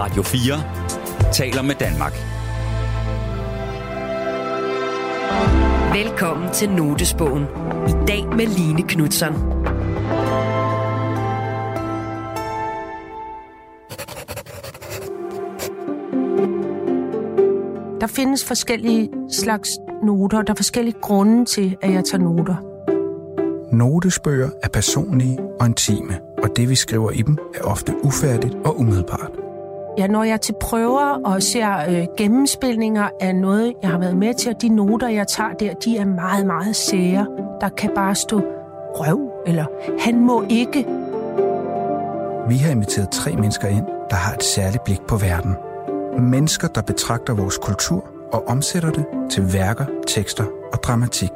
Radio 4 taler med Danmark. Velkommen til Notesbogen. I dag med Line Knutzon. Der findes forskellige slags noter. Der er forskellige grunde til, at jeg tager noter. Notesbøger er personlige og intime, og det vi skriver i dem er ofte ufærdigt og umiddelbart. Ja, når jeg er til prøver og ser gennemspilninger af noget, jeg har været med til, og de noter, jeg tager der, de er meget, meget sære. Der kan bare stå røv, eller han må ikke. Vi har inviteret 3 mennesker ind, der har et særligt blik på verden. Mennesker, der betragter vores kultur og omsætter det til værker, tekster og dramatik.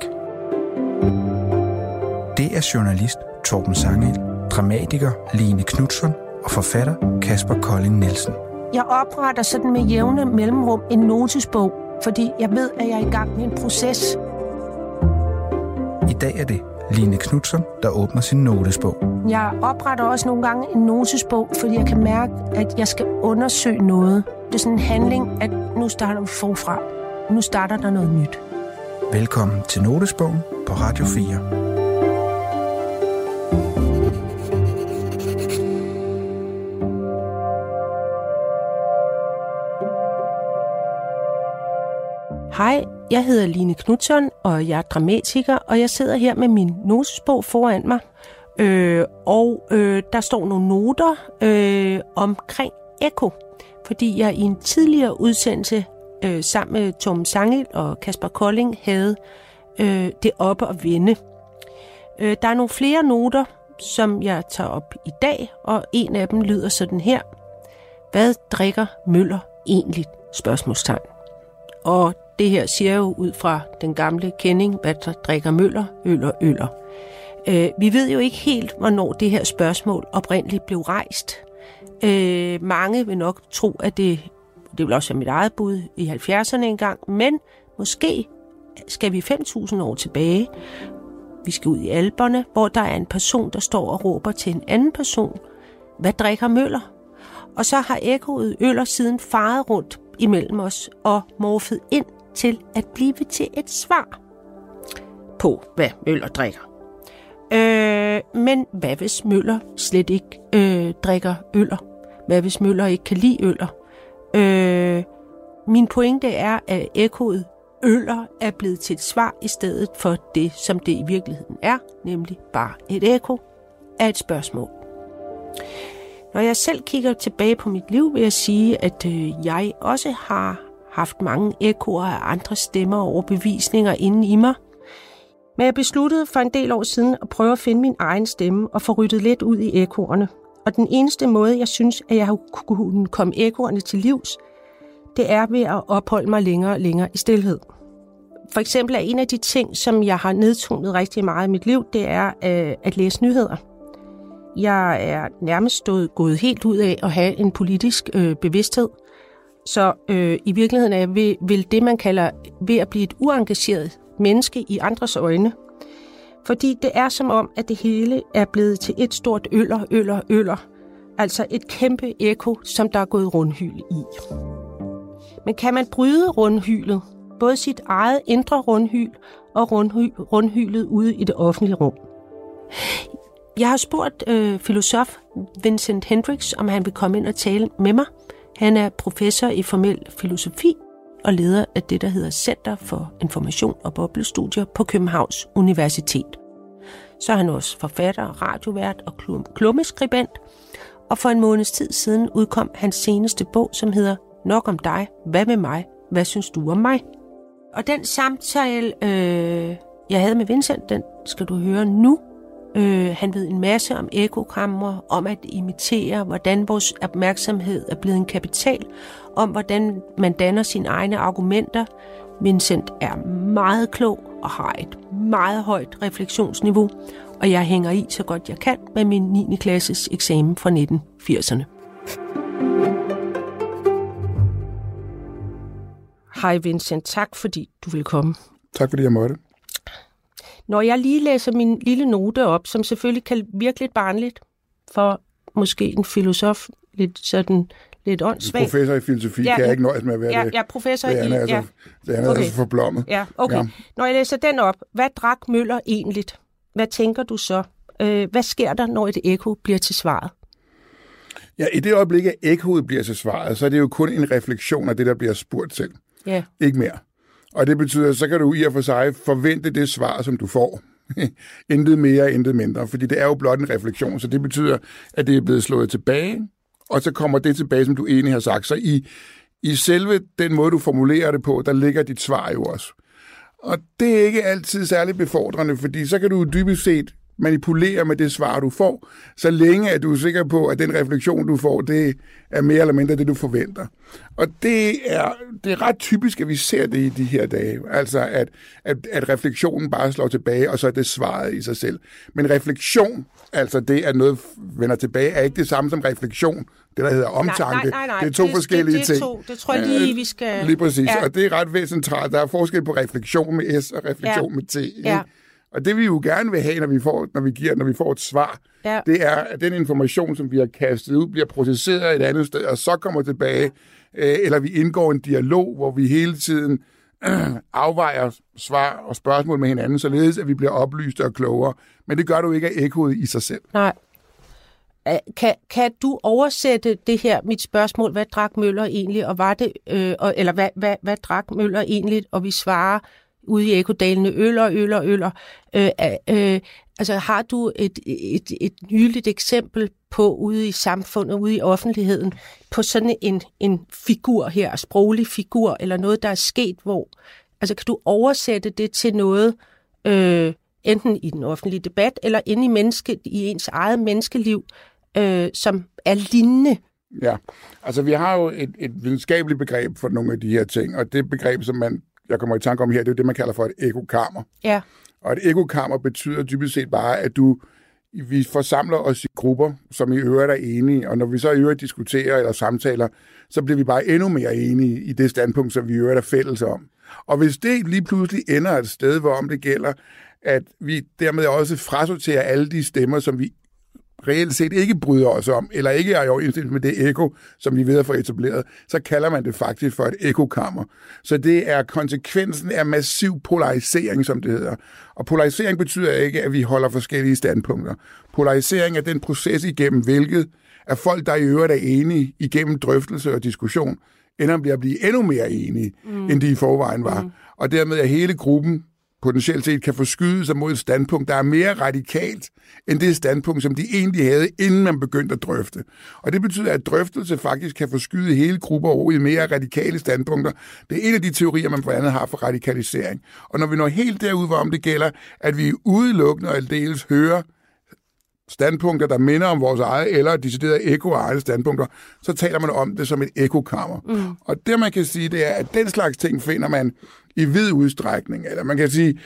Det er journalist Torben Sangel, dramatiker Line Knutzon og forfatter Kasper Kolding Nielsen. Jeg opretter sådan med jævne mellemrum en notesbog, fordi jeg ved, at jeg er i gang med en proces. I dag er det Line Knutzon, der åbner sin notesbog. Jeg opretter også nogle gange en notesbog, fordi jeg kan mærke, at jeg skal undersøge noget. Det er sådan en handling, at nu starter vi forfra. Nu starter der noget nyt. Velkommen til Notesbogen på Radio 4. Hej, jeg hedder Line Knutzon, og jeg er dramatiker, og jeg sidder her med min notesbog foran mig. Der står nogle noter omkring ekko, fordi jeg i en tidligere udsendelse sammen med Torben Sangel og Kasper Kolding havde det oppe at vende. Der er nogle flere noter, som jeg tager op i dag, og en af dem lyder sådan her. Hvad drikker Møller egentlig? Spørgsmålstegn. Og det her siger jo ud fra den gamle kending, hvad der drikker Møller, øller. Vi ved jo ikke helt, hvornår det her spørgsmål oprindeligt blev rejst. Mange vil nok tro, at det vil også være mit eget bud i 70'erne engang, men måske skal vi 5.000 år tilbage. Vi skal ud i Alperne, hvor der er en person, der står og råber til en anden person. Hvad drikker Møller? Og så har ekkoet øller siden faret rundt imellem os og morfet ind til at blive til et svar på, hvad Møller drikker. Men hvad hvis Møller slet ikke drikker øller? Hvad hvis Møller ikke kan lide øller? Min pointe er, at ekkoet øller er blevet til et svar i stedet for det, som det i virkeligheden er, nemlig bare et ekko af et spørgsmål. Når jeg selv kigger tilbage på mit liv, vil jeg sige, at jeg også har haft mange ekkoer af andre stemmer og overbevisninger inde i mig. Men jeg besluttede for en del år siden at prøve at finde min egen stemme og få ryddet lidt ud i ekkoerne. Og den eneste måde, jeg synes, at jeg har kunne komme ekkoerne til livs, det er ved at opholde mig længere og længere i stilhed. For eksempel er en af de ting, som jeg har nedtonet rigtig meget i mit liv, det er at læse nyheder. Jeg er nærmest gået helt ud af at have en politisk bevidsthed. Så i virkeligheden er jeg ved det, man kalder ved at blive et uengageret menneske i andres øjne. Fordi det er som om, at det hele er blevet til et stort øller. Altså et kæmpe ekko, som der er gået rundhyl i. Men kan man bryde rundhylet, både sit eget indre rundhyl og rundhylet ude i det offentlige rum? Jeg har spurgt filosof Vincent Hendricks, om han vil komme ind og tale med mig. Han er professor i formel filosofi og leder af det, der hedder Center for Information og Boblestudier på Københavns Universitet. Så er han også forfatter, radiovært og klummeskribent. Og for en måneds tid siden udkom hans seneste bog, som hedder Nok om dig, hvad med mig, hvad synes du om mig? Og den samtale, jeg havde med Vincent, den skal du høre nu. Han ved en masse om ekkogrammer, om at imitere, hvordan vores opmærksomhed er blevet en kapital, om hvordan man danner sine egne argumenter. Vincent er meget klog og har et meget højt refleksionsniveau, og jeg hænger i så godt jeg kan med min 9. klasses eksamen fra 1980'erne. Hej Vincent, tak fordi du vil komme. Tak fordi jeg måtte. Når jeg lige læser min lille note op, som selvfølgelig kan virke lidt barnligt for måske en filosof lidt åndssvagt. Professor i filosofi kan jeg ikke nøjes med at være det. Ja, professor det er i... Det er altså forblommet. Ja, okay. Ja. Når jeg læser den op, hvad drak Møller egentlig? Hvad tænker du så? Hvad sker der, når et ekko bliver til svaret? Ja, i det øjeblik, at ekkoet bliver til svaret, så er det jo kun en refleksion af det, der bliver spurgt til. Ja. Ikke mere. Og det betyder, så kan du i og for sig forvente det svar, som du får. Intet mere, intet mindre. Fordi det er jo blot en refleksion, så det betyder, at det er blevet slået tilbage, og så kommer det tilbage, som du egentlig har sagt. Så i selve den måde, du formulerer det på, der ligger dit svar jo også. Og det er ikke altid særlig befordrende, fordi så kan du dybest set manipulere med det svar, du får, så længe at du er sikker på, at den refleksion, du får, det er mere eller mindre det, du forventer. Og det er ret typisk, at vi ser det i de her dage. Altså, at refleksionen bare slår tilbage, og så er det svaret i sig selv. Men refleksion, altså det, at noget vender tilbage, er ikke det samme som refleksion. Det, der hedder omtanke. Nej. Det er to forskellige ting. Det tror jeg lige, vi skal... Lige præcis, ja. Og det er ret væsentligt. Der er forskel på refleksion med S og refleksion med T. Ja. Og det vi jo gerne vil have, når vi får et svar, det er, at den information, som vi har kastet ud, bliver processeret et andet sted, og så kommer tilbage, eller vi indgår en dialog, hvor vi hele tiden afvejer svar og spørgsmål med hinanden, således at vi bliver oplyst og klogere. Men det gør du ikke af ekkoet i sig selv. Nej. Kan du oversætte det her, mit spørgsmål, hvad drak Møller egentlig, og var det, eller hvad drak Møller egentlig, og vi svarer ude i ekkodalene, øller. Altså har du et nyligt eksempel på ude i samfundet, ude i offentligheden, på sådan en figur her, sproglig figur, eller noget, der er sket, hvor, altså kan du oversætte det til noget, enten i den offentlige debat, eller inde i ens eget menneskeliv, som er lignende? Ja, altså vi har jo et videnskabeligt begreb for nogle af de her ting, og det begreb, som jeg kommer i tanke om her, det er det, man kalder for et ekkokammer. Ja. Og et ekkokammer betyder dybest set bare, at vi forsamler os i grupper, som i øvrigt er enige, og når vi så i øvrigt diskuterer eller samtaler, så bliver vi bare endnu mere enige i det standpunkt, som vi i øvrigt er fælles om. Og hvis det lige pludselig ender et sted, hvorom det gælder, at vi dermed også frasorterer alle de stemmer, som vi reelt set ikke bryder os om, eller ikke er i overensstemmelse med det ekko, som vi ved at få etableret, så kalder man det faktisk for et ekkokammer. Så det er konsekvensen af massiv polarisering, som det hedder. Og polarisering betyder ikke, at vi holder forskellige standpunkter. Polarisering er den proces igennem, hvilket er folk, der i øvrigt er enige igennem drøftelse og diskussion, ender med at blive endnu mere enige, end de i forvejen var. Og dermed er hele gruppen potentielt set kan forskyde sig mod et standpunkt, der er mere radikalt end det standpunkt, som de egentlig havde, inden man begyndte at drøfte. Og det betyder, at drøftelse faktisk kan forskyde hele grupper over i mere radikale standpunkter. Det er en af de teorier, man blandt andet har for radikalisering. Og når vi når helt derud, hvorom det gælder, at vi udelukkende og aldeles hører standpunkter, der minder om vores eget, eller deciderede ekko af egne standpunkter, så taler man om det som et ekkokammer. Og det, man kan sige, det er, at den slags ting finder man i vid udstrækning. Eller man kan sige,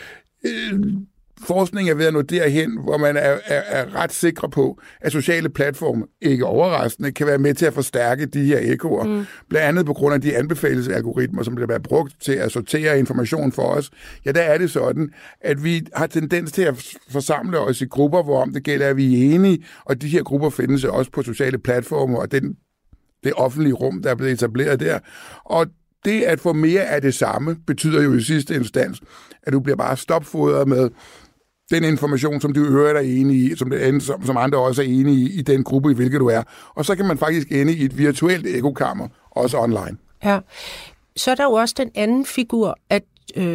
forskning er ved at nå derhen, hvor man er ret sikre på, at sociale platforme, ikke overraskende, kan være med til at forstærke de her ekkoer. Blandt andet på grund af de anbefalesalgoritmer, som bliver brugt til at sortere information for os. Ja, der er det sådan, at vi har tendens til at forsamle os i grupper, hvorom det gælder, at vi er enige, og de her grupper findes også på sociale platforme, og det offentlige rum, der er blevet etableret der. Og det at få mere af det samme, betyder jo i sidste instans, at du bliver bare stopfodret med den information, som du i øvrigt er enig i, som andre også er enige i den gruppe, i hvilket du er. Og så kan man faktisk ende i et virtuelt ekkokammer, også online. Ja. Så er der jo også den anden figur, at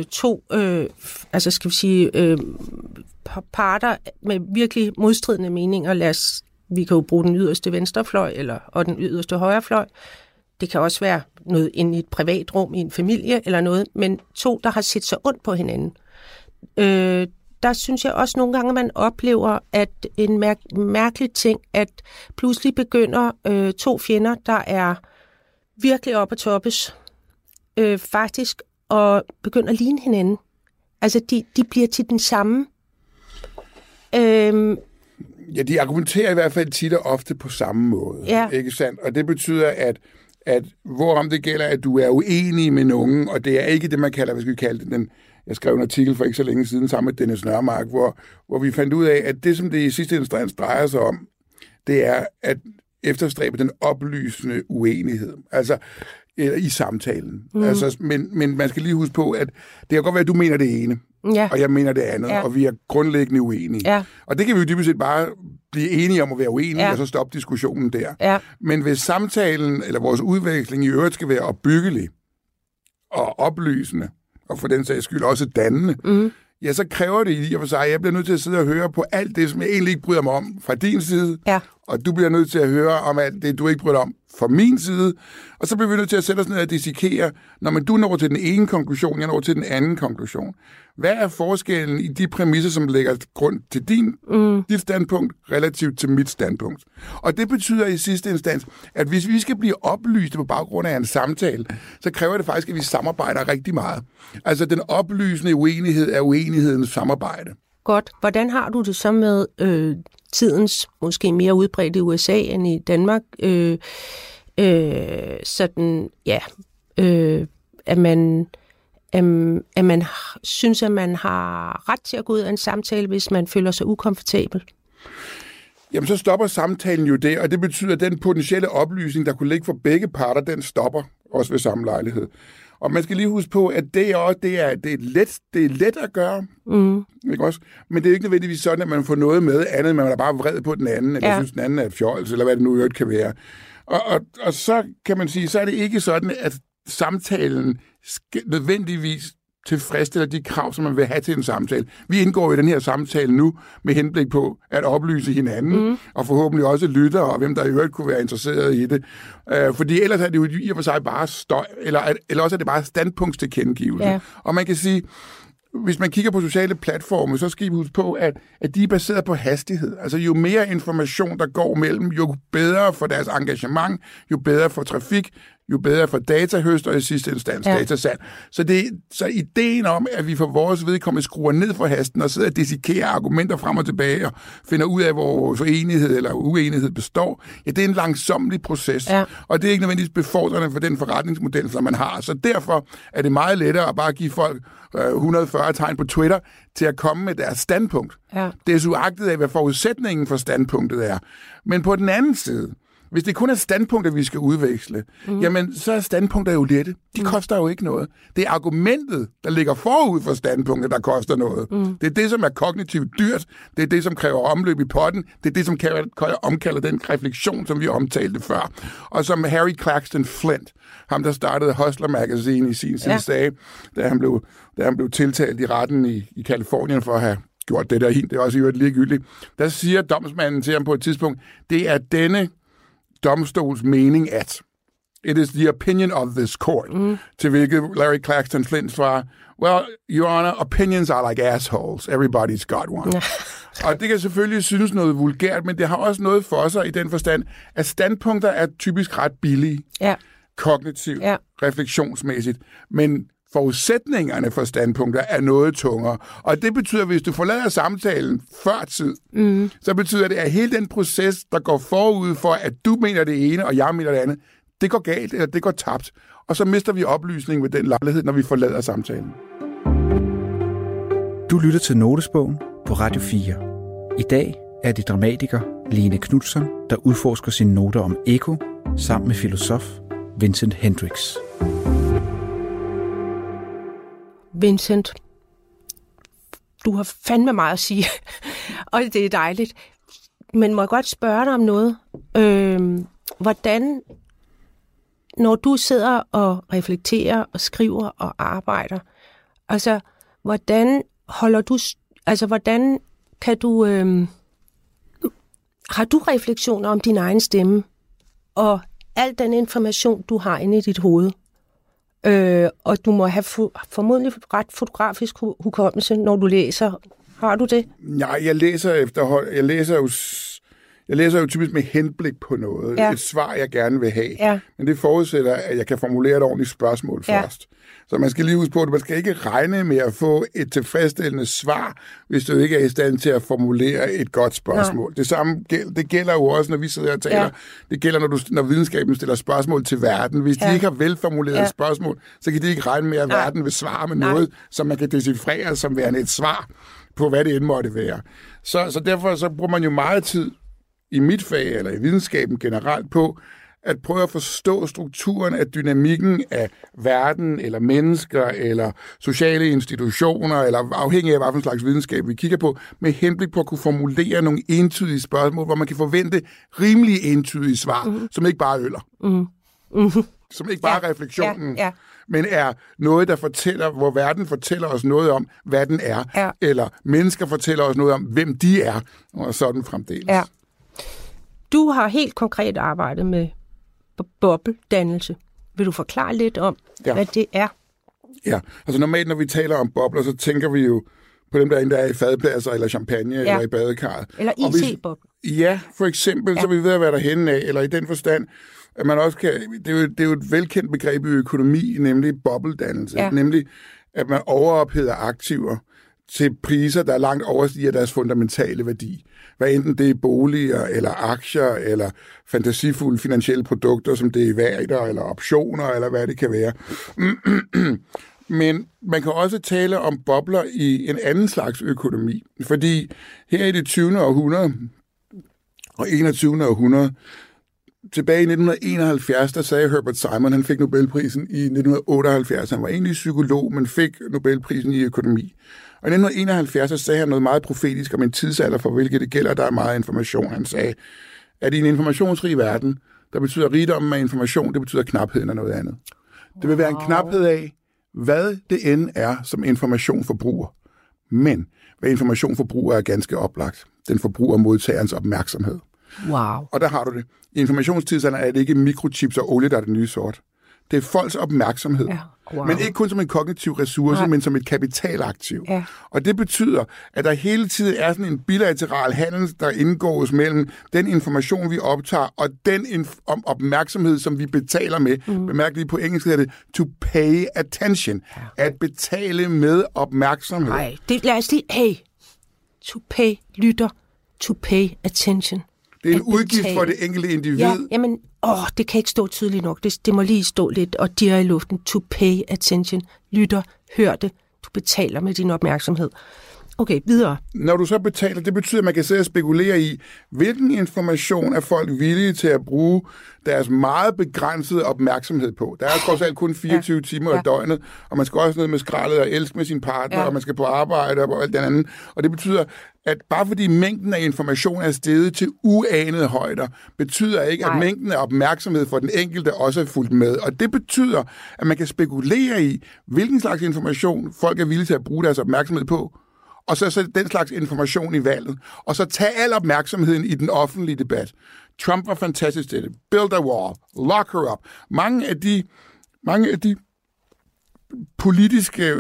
parter med virkelig modstridende meninger, vi kan jo bruge den yderste venstrefløj og den yderste højrefløj. Det kan også være noget inde i et privat rum, i en familie eller noget, men to, der har set sig ondt på hinanden. Der synes jeg også nogle gange, man oplever, at en mærkelig ting, at pludselig begynder to fjender, der er virkelig oppe at toppes, faktisk at begynde at ligne hinanden. Altså, de bliver til den samme. Ja, de argumenterer i hvert fald tit og ofte på samme måde. Ja. Ikke sandt? Og det betyder, at hvorom det gælder, at du er uenig med nogen, og det er ikke det, man kalder, hvad skal vi kalde det, jeg skrev en artikel for ikke så længe siden sammen med Dennis Nørmark, hvor vi fandt ud af, at det, som det i sidste instans drejer sig om, det er, at efterstræbe den oplysende uenighed. Altså, i samtalen. Altså, men man skal lige huske på, at det kan godt være, at du mener det ene, og jeg mener det andet, og vi er grundlæggende uenige. Ja. Og det kan vi jo dybest set bare blive enige om at være uenige, og så stoppe diskussionen der. Ja. Men hvis samtalen, eller vores udveksling i øvrigt skal være opbyggelig, og oplysende, og for den sags skyld også dannende, ja, så kræver det i og for sig, at jeg bliver nødt til at sidde og høre på alt det, som jeg egentlig ikke bryder mig om fra din side, og du bliver nødt til at høre om alt det, du ikke bryder dig om fra min side, og så bliver vi nødt til at sætte os ned og dissekere, når du når til den ene konklusion, jeg når til den anden konklusion. Hvad er forskellen i de præmisser, som lægger grund til dit standpunkt, relativt til mit standpunkt? Og det betyder i sidste instans, at hvis vi skal blive oplyste på baggrund af en samtale, så kræver det faktisk, at vi samarbejder rigtig meget. Altså den oplysende uenighed er uenighedens samarbejde. Godt. Hvordan har du det så med tidens måske mere udbredt i USA end i Danmark? Sådan, ja, at man synes, at man har ret til at gå ud af en samtale, hvis man føler sig ukomfortabel? Jamen, så stopper samtalen jo det, og det betyder, at den potentielle oplysning, der kunne ligge for begge parter, den stopper også ved samme lejlighed. Og man skal lige huske på, at det er let at gøre, ikke også? Men det er ikke nødvendigvis sådan, at man får noget med andet, men man er bare vred på den anden, eller synes, den anden er et fjols, eller hvad det nu i øvrigt kan være. Og så kan man sige, så er det ikke sådan, at samtalen nødvendigvis tilfredsstiller de krav, som man vil have til en samtale. Vi indgår i den her samtale nu med henblik på at oplyse hinanden, og forhåbentlig også lyttere, og hvem der i øvrigt kunne være interesseret i det. Fordi ellers er det jo i og for sig bare støj, eller også er det bare standpunktstilkendegivelse. Ja. Og man kan sige, hvis man kigger på sociale platforme, så skal vi huske på, at de er baseret på hastighed. Altså jo mere information, der går mellem, jo bedre for deres engagement, jo bedre for trafik, jo bedre for datahøst og i sidste instans datasalg. Så ideen om, at vi for vores vedkommende skruer ned for hasten og sidder og dissekerer argumenter frem og tilbage og finder ud af, hvor forenighed eller uenighed består, ja, det er en langsomlig proces. Ja. Og det er ikke nødvendigvis befordrende for den forretningsmodel, som man har. Så derfor er det meget lettere at bare give folk 140 tegn på Twitter til at komme med deres standpunkt. Ja. Det er så uagtet af, hvad forudsætningen for standpunktet er. Men på den anden side, hvis det kun er standpunkter, vi skal udveksle, jamen så er standpunkter jo lette. De koster jo ikke noget. Det er argumentet, der ligger forud for standpunkter, der koster noget. Det er det, som er kognitivt dyrt. Det er det, som kræver omløb i potten. Det er det, som omkalder den refleksion, som vi omtalte før. Og som Harry Claxton Flint, ham der startede Hustler Magazine i sin tid, sagde, da han blev tiltalt i retten i Californien for at have gjort det der hin, det er også i øvrigt ligegyldigt, der siger domsmanden til ham på et tidspunkt, det er denne domstols mening, at it is the opinion of this court, til hvilket Larry Claxton Flint svarer, well, your honor, opinions are like assholes. Everybody's got one. Og det kan selvfølgelig synes noget vulgært, men det har også noget for sig i den forstand, at standpunkter er typisk ret billige, kognitivt, refleksionsmæssigt, men forudsætningerne for standpunkter er noget tungere. Og det betyder, at hvis du forlader samtalen før tid, så betyder det, at hele den proces, der går forud for, at du mener det ene, og jeg mener det andet, det går galt, eller det går tabt. Og så mister vi oplysning ved den lejlighed, når vi forlader samtalen. Du lytter til Notesbogen på Radio 4. I dag er det dramatiker Line Knutzon, der udforsker sine noter om eko, sammen med filosof Vincent Hendricks. Vincent, du har fandme meget at sige, og det er dejligt. Men må jeg godt spørge dig om noget? Hvordan, når du sidder og reflekterer og skriver og arbejder, altså hvordan kan du, har du refleksioner om din egen stemme og al den information, du har inde i dit hoved? Og du må have formodentlig ret fotografisk hukommelse, når du læser. Har du det? Nej, jeg læser jo typisk med henblik på noget. Et svar, jeg gerne vil have. Ja. Men det forudsætter, at jeg kan formulere et ordentligt spørgsmål først. Så man skal lige huske på, at man skal ikke regne med at få et tilfredsstillende svar, hvis du ikke er i stand til at formulere et godt spørgsmål. Det samme det gælder jo også, når vi sidder og taler. Ja. Det gælder, når videnskaben stiller spørgsmål til verden. Hvis de ikke har velformuleret spørgsmål, så kan de ikke regne med, at verden vil svare med noget, som man kan decifrere som værende et svar på, hvad det end måtte være. Så derfor så bruger man jo meget tid i mit fag eller i videnskaben generelt på at prøve at forstå strukturen af dynamikken af verden, eller mennesker, eller sociale institutioner, eller afhængig af, hvilken slags videnskab vi kigger på, med henblik på at kunne formulere nogle entydige spørgsmål, hvor man kan forvente rimelig entydige svar, som ikke bare øller. Som ikke bare er refleksionen, men er noget, der fortæller, hvor verden fortæller os noget om, hvad den er, eller mennesker fortæller os noget om, hvem de er, og sådan fremdeles. Ja. Du har helt konkret arbejdet med bobledannelse. Vil du forklare lidt om, hvad det er? Ja, altså normalt, når vi taler om bobler, så tænker vi jo på dem, der er i fadpladser, eller champagne, eller i badekarret. Eller IT-bobler. Ja, for eksempel, så er vi ved at være derhenne af, eller i den forstand, at man også kan, det er jo et velkendt begreb i økonomi, nemlig bobledannelse, nemlig at man overopheder aktiver til priser, der langt overstiger deres fundamentale værdi. Hvad enten det er boliger, eller aktier, eller fantasifulde finansielle produkter, som derivater, eller optioner, eller hvad det kan være. Men man kan også tale om bobler i en anden slags økonomi. Fordi her i det 20. århundrede og 21. århundrede, tilbage i 1971, der sagde Herbert Simon, han fik Nobelprisen i 1978. Han var egentlig psykolog, men fik Nobelprisen i økonomi. Og i 1971 så sagde han noget meget profetisk om en tidsalder, for hvilket det gælder, der er meget information. Han sagde, at i en informationsrig verden, der betyder rigdommen af information, det betyder knapheden af noget andet. Det vil være en knaphed af, hvad det end er, som information forbruger. Men hvad information forbruger er ganske oplagt. Den forbruger modtagerens opmærksomhed. Wow. Og der har du det. I informationstidsalderen er det ikke mikrochips og olie, der er det nye sort. Det er folks opmærksomhed. Ja. Wow. Men ikke kun som en kognitiv ressource, men som et kapitalaktiv. Ja. Og det betyder, at der hele tiden er sådan en bilateral handel, der indgås mellem den information, vi optager, og den opmærksomhed, som vi betaler med. Bemærk lige på engelsk, hedder det to pay attention. Ja. At betale med opmærksomhed. Nej, lad os lige, to pay, lytter, to pay attention. Det er en udgift for det enkelte individ. Ja, jamen, det kan ikke stå tydeligt nok. Det må lige stå lidt og dirre i luften. To pay attention. Lytter, hør det. Du betaler med din opmærksomhed. Okay, videre. Når du så betaler, det betyder, at man kan sidde og spekulere i, hvilken information er folk villige til at bruge deres meget begrænsede opmærksomhed på. Der er trods alt kun 24 timer i døgnet, og man skal også ned med skraldet og elske med sin partner, og man skal på arbejde og alt det andet. Og det betyder, at bare fordi mængden af information er steget til uanede højder, betyder ikke, at mængden af opmærksomhed for den enkelte også er fulgt med. Og det betyder, at man kan spekulere i, hvilken slags information folk er villige til at bruge deres opmærksomhed på, og så sætte den slags information i valget, og så tage al opmærksomheden i den offentlige debat. Trump var fantastisk til det. Build a wall. Lock her up. Mange af de politiske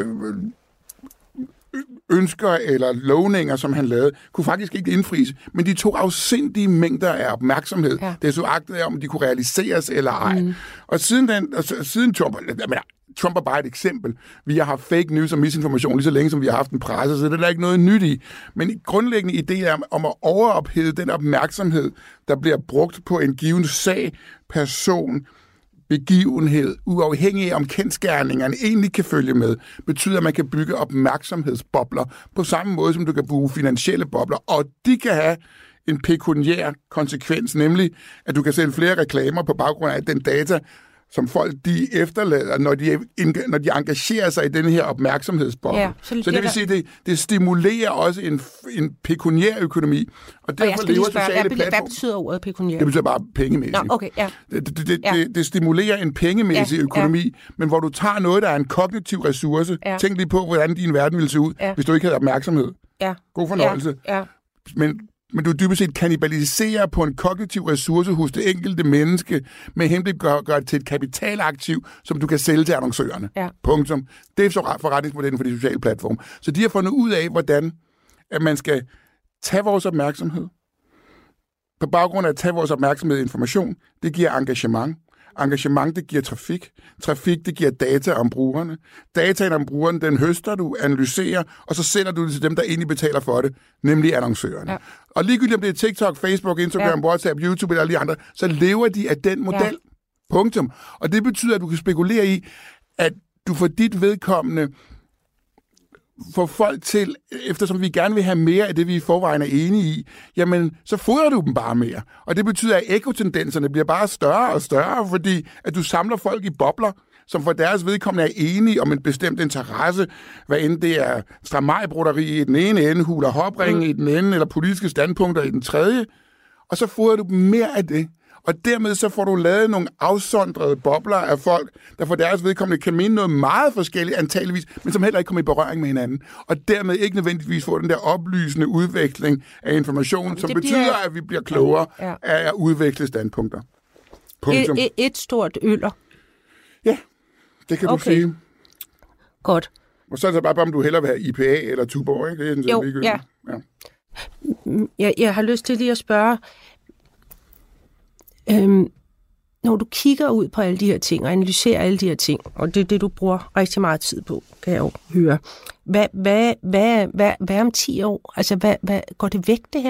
ønsker eller lovninger, som han lavede, kunne faktisk ikke indfries, men de tog afsindige mængder af opmærksomhed. Ja. Det er så agtet af, om de kunne realiseres eller ej. Og siden Trump er bare et eksempel. Vi har haft fake news og misinformation lige så længe, som vi har haft en presse, så det er der ikke noget nyt i. Men grundlæggende idé er om at overophede den opmærksomhed, der bliver brugt på en given sag, person, begivenhed, uafhængig af om kendsgerningerne egentlig kan følge med, betyder, at man kan bygge opmærksomhedsbobler på samme måde, som du kan bruge finansielle bobler, og de kan have en pekuniær konsekvens, nemlig at du kan sælge flere reklamer på baggrund af den data, som folk de efterlader, når de engagerer sig i den her opmærksomhedsboble. Ja, så det vil sige, det stimulerer også en pekuniær økonomi, og derfor lever sociale platforme. Hvad betyder ordet pekuniær? Det betyder bare pengemæssigt. Nå, okay, ja. Det stimulerer en pengemæssig økonomi, men hvor du tager noget, der er en kognitiv ressource. Ja. Tænk lige på, hvordan din verden ville se ud, hvis du ikke havde opmærksomhed. Ja. God fornøjelse. Ja. Men du dybest set kannibaliserer på en kognitiv ressource hos det enkelte menneske, med henblik gør det til et kapitalaktiv, som du kan sælge til annoncørerne. Ja. Punktum. Det er så forretningsmodellen for de sociale platforme. Så de har fundet ud af, hvordan at man skal tage vores opmærksomhed. På baggrund af at tage vores opmærksomhed i information, det giver engagement. Engagement, det giver trafik. Trafik, det giver data om brugerne. Dataen om brugerne, den høster du, analyserer, og så sender du det til dem, der egentlig betaler for det, nemlig annoncørerne. Ja. Og ligegyldigt om det er TikTok, Facebook, Instagram, WhatsApp, YouTube eller alle de andre, så lever de af den model. Ja. Punktum. Og det betyder, at du kan spekulere i, at du for dit vedkommende få folk til, eftersom vi gerne vil have mere af det, vi i forvejen er enige i, jamen, så fodrer du dem bare mere. Og det betyder, at ekotendenserne bliver bare større og større, fordi at du samler folk i bobler, som for deres vedkommende er enige om en bestemt interesse, hvad end det er stramajbroderi i den ene ende, hul og hopring i den ende, eller politiske standpunkter i den tredje, og så fodrer du dem mere af det. Og dermed så får du lavet nogle afsondrede bobler af folk, der for deres vedkommende kan mene noget meget forskelligt antageligvis, men som heller ikke kommer i berøring med hinanden. Og dermed ikke nødvendigvis får den der oplysende udveksling af information, som betyder, at vi bliver klogere af at udveksle standpunkter. Et stort øller. Ja, det kan du sige. Godt. Og så er det bare, om du hellere vil have IPA eller Tuborg, ikke? Det er jo, ja. Jeg har lyst til lige at spørge, når du kigger ud på alle de her ting og analyserer alle de her ting, og det er det, du bruger rigtig meget tid på, kan jeg jo høre. Hvad om 10 år? Altså, hvad går det væk, det her?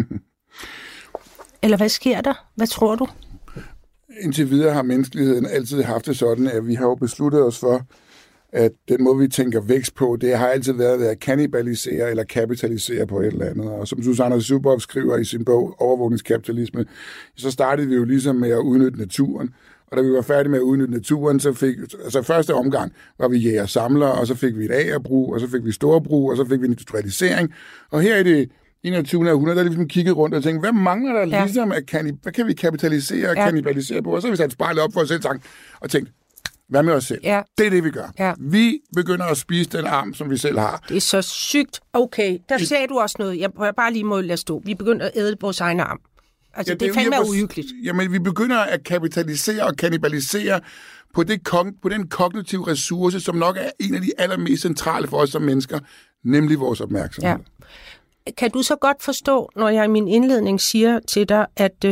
Eller hvad sker der? Hvad tror du? Indtil videre har menneskeligheden altid haft det sådan, at vi har jo besluttet os for, at den måde, vi tænker vækst på, det har altid været at kannibalisere eller kapitalisere på et eller andet. Og som Susanne Zuboff skriver i sin bog Overvågningskapitalisme, så startede vi jo ligesom med at udnytte naturen. Og da vi var færdige med at udnytte naturen, så fik, altså første omgang var vi jæger og samlere, og så fik vi et agerbrug, og så fik vi storbrug, og så fik vi en industrialisering. Og her i det 21. århundrede, der ligesom kigget rundt og tænkt, hvad mangler der ligesom, hvad kan vi kapitalisere og kannibalisere på? Og så har vi sat spejlet op for os selv og tænkt, hvad med os selv? Ja. Det er det, vi gør. Ja. Vi begynder at spise den arm, som vi selv har. Det er så sygt. Okay, der sagde du også noget. Jeg bare lige må lade stå. Vi begynder at æde vores egen arm. Altså, det er fandme uhyggeligt. Jamen, vi begynder at kapitalisere og kannibalisere på den kognitive ressource, som nok er en af de allermest centrale for os som mennesker, nemlig vores opmærksomhed. Ja. Kan du så godt forstå, når jeg i min indledning siger til dig,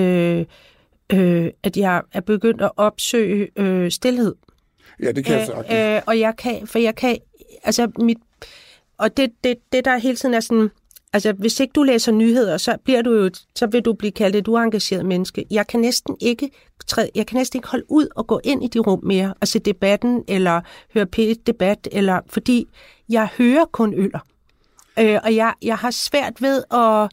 at jeg er begyndt at opsøge stilhed? Ja, det kan jeg sagtens. Og jeg kan, altså og det der hele tiden er sådan, altså hvis ikke du læser nyheder, så vil du blive kaldt et uengageret menneske. Jeg kan næsten ikke holde ud og gå ind i de rum mere, og se debatten, eller høre P1-debat, eller fordi jeg hører kun øller. Og jeg har svært ved at,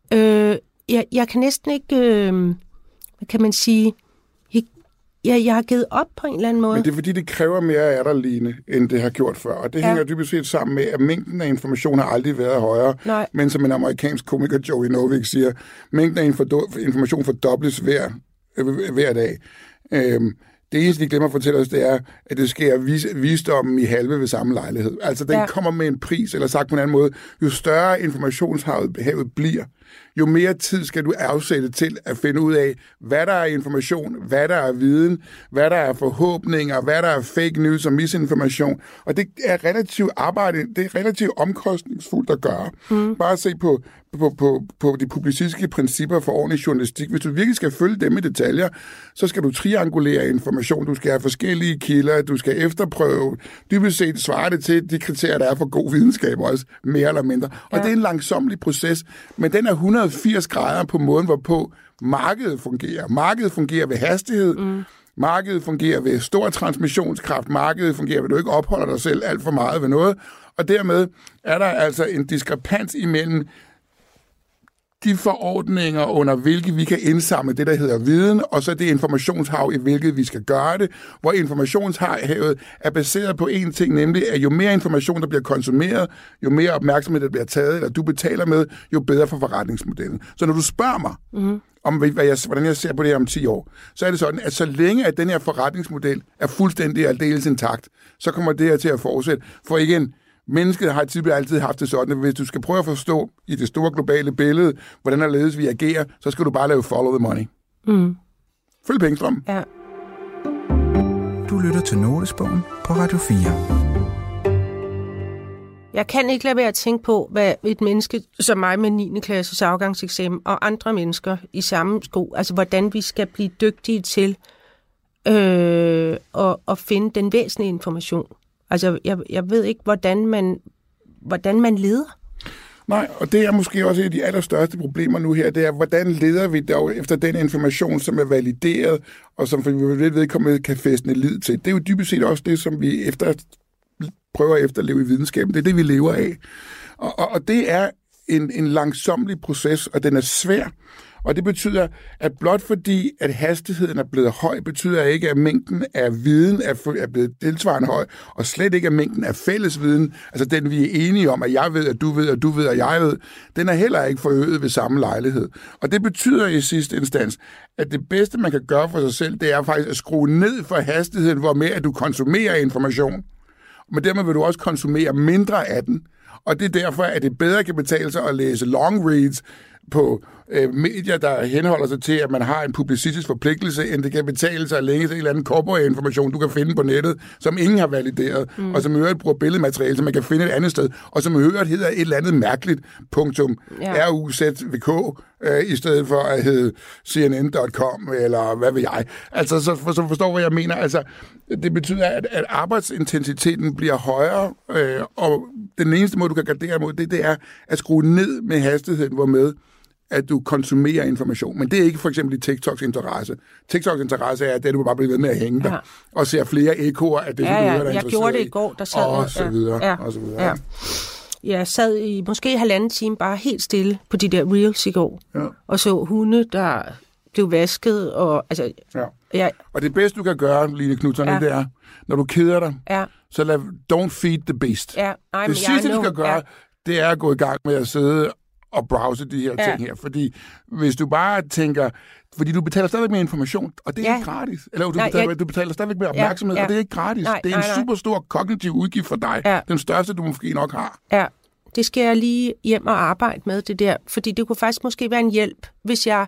jeg kan næsten ikke, hvad kan man sige, jeg har givet op på en eller anden måde. Men det er fordi, det kræver mere af dig, Line, end det har gjort før. Og det hænger dybest set sammen med, at mængden af information har aldrig været højere. Nej. Men som en amerikansk komiker, Joey Novik, siger, mængden af information fordobles hver dag. Det eneste, de glemmer at fortælle os, det er, at det sker visdommen i halve ved samme lejlighed. Altså, den kommer med en pris, eller sagt på en anden måde, jo større informationshavet bliver, jo mere tid skal du afsætte til at finde ud af, hvad der er information, hvad der er viden, hvad der er forhåbninger, hvad der er fake news og misinformation. Og det er relativt omkostningsfuldt at gøre. Bare se på de publicistiske principper for ordentlig journalistik. Hvis du virkelig skal følge dem i detaljer, så skal du triangulere information, du skal have forskellige kilder, du skal efterprøve. Dybest set svarer det til de kriterier, der er for god videnskab også, mere eller mindre. Og det er en langsomlig proces, men den er 180 grader på måden, hvorpå markedet fungerer. Markedet fungerer ved hastighed, markedet fungerer ved stor transmissionskraft, markedet fungerer ved, at du ikke opholder dig selv alt for meget ved noget, og dermed er der altså en diskrepans imellem de forordninger, under hvilke vi kan indsamle det, der hedder viden, og så det informationshav, i hvilket vi skal gøre det, hvor informationshavet er baseret på én ting, nemlig at jo mere information, der bliver konsumeret, jo mere opmærksomhed, der bliver taget, eller du betaler med, jo bedre for forretningsmodellen. Så når du spørger mig, om hvordan jeg ser på det her om 10 år, så er det sådan, at så længe at den her forretningsmodel er fuldstændig aldeles intakt, så kommer det her til at fortsætte. For igen, mennesket har altid haft det sådan, at hvis du skal prøve at forstå i det store globale billede, hvordan der ledes vi agerer, så skal du bare lave follow the money. Følg pengestrømmen. Ja. Du lytter til Notesbogen på Radio 4. Jeg kan ikke lade være at tænke på, hvad et menneske som mig med 9. klasses afgangseksamen og andre mennesker i samme sko, altså hvordan vi skal blive dygtige til at finde den væsentlige information. Altså, jeg ved ikke, hvordan man leder. Nej, og det er måske også et af de allerstørste problemer nu her, det er, hvordan leder vi dog efter den information, som er valideret, og som for vi vedkommende kan fæstne lid til. Det er jo dybest set også det, som vi efter prøver at efterleve i videnskaben. Det er det, vi lever af. Og det er en langsomlig proces, og den er svær. Og det betyder, at blot fordi, at hastigheden er blevet høj, betyder ikke, at mængden af viden er blevet tilsvarende høj, og slet ikke, at mængden af fælles viden, altså den, vi er enige om, at jeg ved, at du ved, at du ved, at jeg ved, den er heller ikke forøget ved samme lejlighed. Og det betyder i sidste instans, at det bedste, man kan gøre for sig selv, det er faktisk at skrue ned for hastigheden, hvor med at du konsumerer information. Men dermed vil du også konsumere mindre af den. Og det er derfor, at det bedre kan betale sig at læse long reads på medier, der henholder sig til, at man har en publicistisk forpligtelse, end det kan betale sig at længe til en eller anden corporate information, du kan finde på nettet, som ingen har valideret, og som i øvrigt bruger billedmateriale, som man kan finde et andet sted, og som i øvrigt hedder et eller andet mærkeligt .ruzvk i stedet for at hedde cnn.com, eller hvad ved jeg. Altså, så forstår, hvad jeg mener. Altså, det betyder, at arbejdsintensiteten bliver højere, og den eneste måde, du kan gardere mod det er at skrue ned med hastigheden, hvormed at du konsumerer information. Men det er ikke for eksempel i TikToks interesse. TikToks interesse er, at du bare bliver ved med at hænge der, og ser flere ekoer af det, som du hører, der er interesseret. Jeg gjorde det i går, der sad og så videre, og så videre. Ja. Jeg sad i måske 1,5 time bare helt stille på de der reels i går, og så hunde, der blev vasket, og altså... Ja. Og det bedste, du kan gøre, Line Knudsen, det er, når du keder dig, så don't feed the beast. Det sidste, du skal gøre, det er at gå i gang med at sidde og browse de her ting her. Fordi hvis du bare tænker... Fordi du betaler stadigvæk mere information, og det er ikke gratis. Eller du betaler stadigvæk mere opmærksomhed, og det er ikke gratis. Det er en super stor kognitiv udgift for dig. Ja. Den største, du måske nok har. Ja, det skal jeg lige hjem og arbejde med, det der. Fordi det kunne faktisk måske være en hjælp, hvis jeg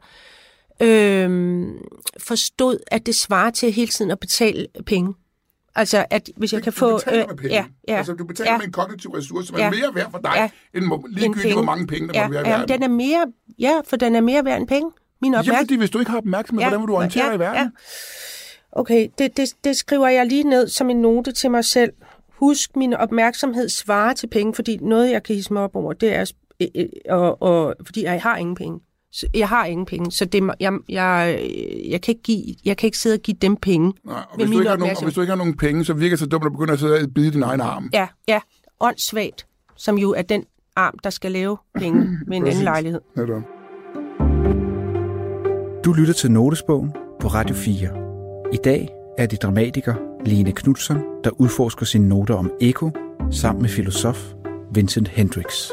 forstod, at det svarer til hele tiden at betale penge. Altså, at hvis jeg kan få... Du betaler med penge. Altså, du betaler med en kognitiv ressource, som er mere værd for dig, end ligegyldigt, hvor mange penge, der må være i verden. Den er mere, for den er mere værd end penge. Fordi hvis du ikke har opmærksomhed, hvordan vil du orientere i verden? Okay, det skriver jeg lige ned som en note til mig selv. Husk, min opmærksomhed svarer til penge, fordi noget, jeg kan hisse mig op over, det er... fordi jeg har ingen penge. Jeg har ingen penge, så det, jeg kan ikke sidde og give dem penge. Nej, og hvis du ikke har nogen penge, så virker det så dumt, at du begynder at sidde og bide din egen arm. Ja, åndssvagt, som jo er den arm, der skal lave penge med en anden lejlighed. Du lytter til Notesbogen på Radio 4. I dag er det dramatiker Line Knudsen, der udforsker sine noter om ekko, sammen med filosof Vincent Hendricks.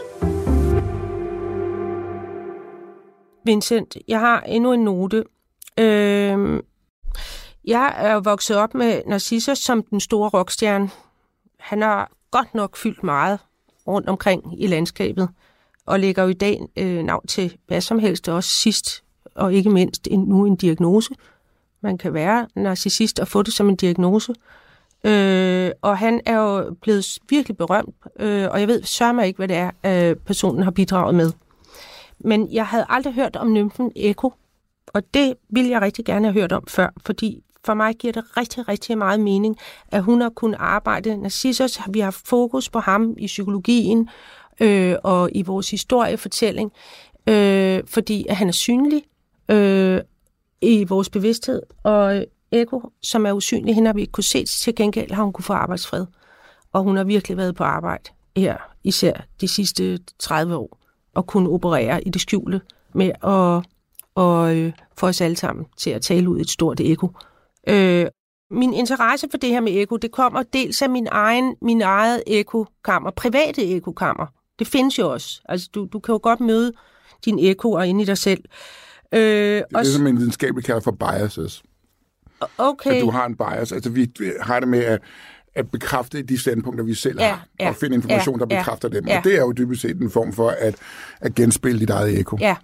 Vincent, jeg har endnu en note. Jeg er vokset op med Narcissus som den store rockstjerne. Han har godt nok fyldt meget rundt omkring i landskabet, og lægger jo i dag navn til hvad som helst, også sidst, og ikke mindst nu en diagnose. Man kan være narcissist og få det som en diagnose. Og han er jo blevet virkelig berømt, og jeg ved sørme ikke, hvad det er, personen har bidraget med. Men jeg havde aldrig hørt om nymfen Ekko, og det ville jeg rigtig gerne have hørt om før, fordi for mig giver det rigtig, rigtig meget mening, at hun har kunnet arbejde. Narcissus, vi har fokus på ham i psykologien og i vores historiefortælling, fordi at han er synlig i vores bevidsthed, og Ekko, som er usynlig, hende har vi ikke kunne se, til gengæld har hun kunne få arbejdsfred, og hun har virkelig været på arbejde her, især de sidste 30 år. Og kunne operere i det skjulte med at få os alle sammen til at tale ud et stort ekko. Min interesse for det her med ekko, det kommer dels af min eget ekkokammer, private ekkokammer. Det findes jo også. Altså, du kan jo godt møde dine ekkoer inde i dig selv. Det er det, som en videnskabelig kalder for biases. Okay. At du har en bias. Altså, vi har det med at bekræfte de standpunkter, vi selv har, og finde information, der bekræfter dem. Og det er jo dybest set en form for at genspille dit eget ekko. Ja.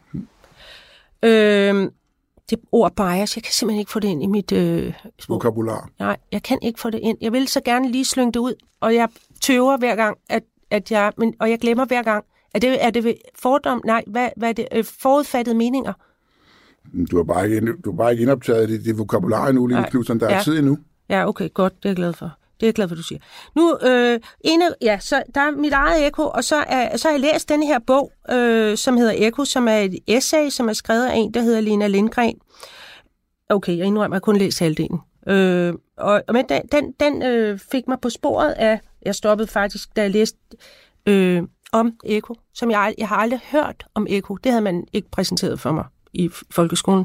Det ord bias, jeg kan simpelthen ikke få det ind i mit vokabular. Nej, jeg kan ikke få det ind. Jeg vil så gerne lige slynge det ud, og jeg tøver hver gang, og jeg glemmer hver gang. Er det fordom? Nej, hvad er det? Forudfattede meninger? Du har bare ikke indoptaget det vokabular endnu, Line Knudsen. Der er tid endnu. Ja, okay, godt. Det er jeg glad for. Det er jeg glad for, du siger. Nu, så der er mit eget ekko, og så har jeg læst den her bog, som hedder Ekko, som er et essay, som er skrevet af en, der hedder Lena Lindgren. Okay, jeg indrømmer, at jeg kun læst halvdelen. Men den fik mig på sporet af Jeg stoppede faktisk, da jeg læste om Eko, som jeg har aldrig hørt om Eko. Det havde man ikke præsenteret for mig i folkeskolen.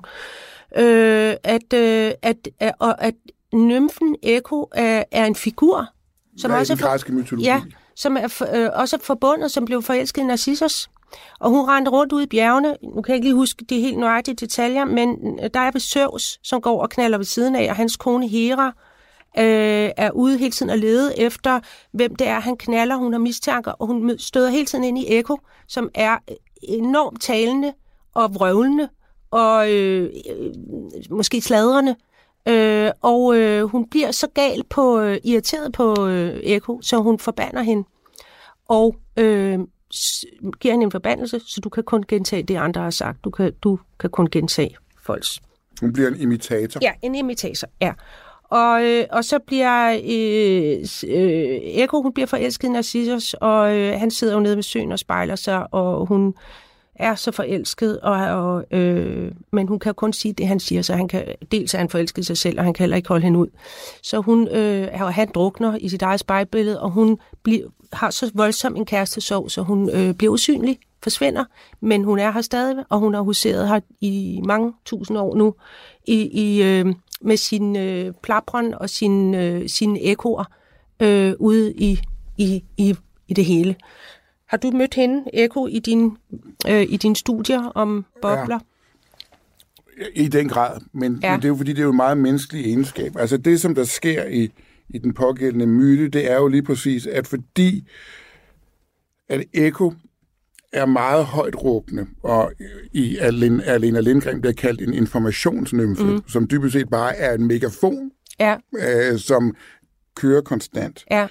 At nymfen Eko er en figur, som også er græske mytologi. Ja, som er også forbundet, som blev forelsket i Narcissus. Og hun rendte rundt ude i bjergene. Nu kan jeg ikke lige huske de helt nøjagtige detaljer, men der er Zeus, som går og knaller ved siden af, og hans kone Hera er ude hele tiden og lede efter, hvem det er, han knaller. Hun har mistanker, og hun støder hele tiden ind i Eko, som er enormt talende og vrøvlende og måske sladrende. Hun bliver så irriteret på Eko, så hun forbander hende og giver hende en forbandelse, så du kan kun gentage det, andre har sagt. Du kan kun gentage folks. Hun bliver en imitator. Ja, en imitator, ja. Og så bliver Eko, hun bliver forelsket i Narcissus, og han sidder jo nede ved søen og spejler sig, og hun er så forelsket, men hun kan kun sige det, han siger, så han kan, dels er han forelsket i sig selv, og han kan heller ikke holde hende ud. Så han drukner i sit eget spejlbillede, og hun har så voldsom en kærestesorg, så hun bliver usynlig, forsvinder, men hun er her stadig, og hun har huseret her i mange tusind år nu, med sin plapron og sine ekoer ude i det hele. Har du mødt hende, Eko, i dine studier om bobler? Ja, i den grad, men det er jo fordi, det er jo en meget menneskelig egenskab. Altså det, som der sker i den pågældende myte, det er jo lige præcis, at fordi at Eko er meget højt råbende, og i Alena Lindgren bliver kaldt en informationsnymfe, som dybest set bare er en megafon, som kører konstant. Ja.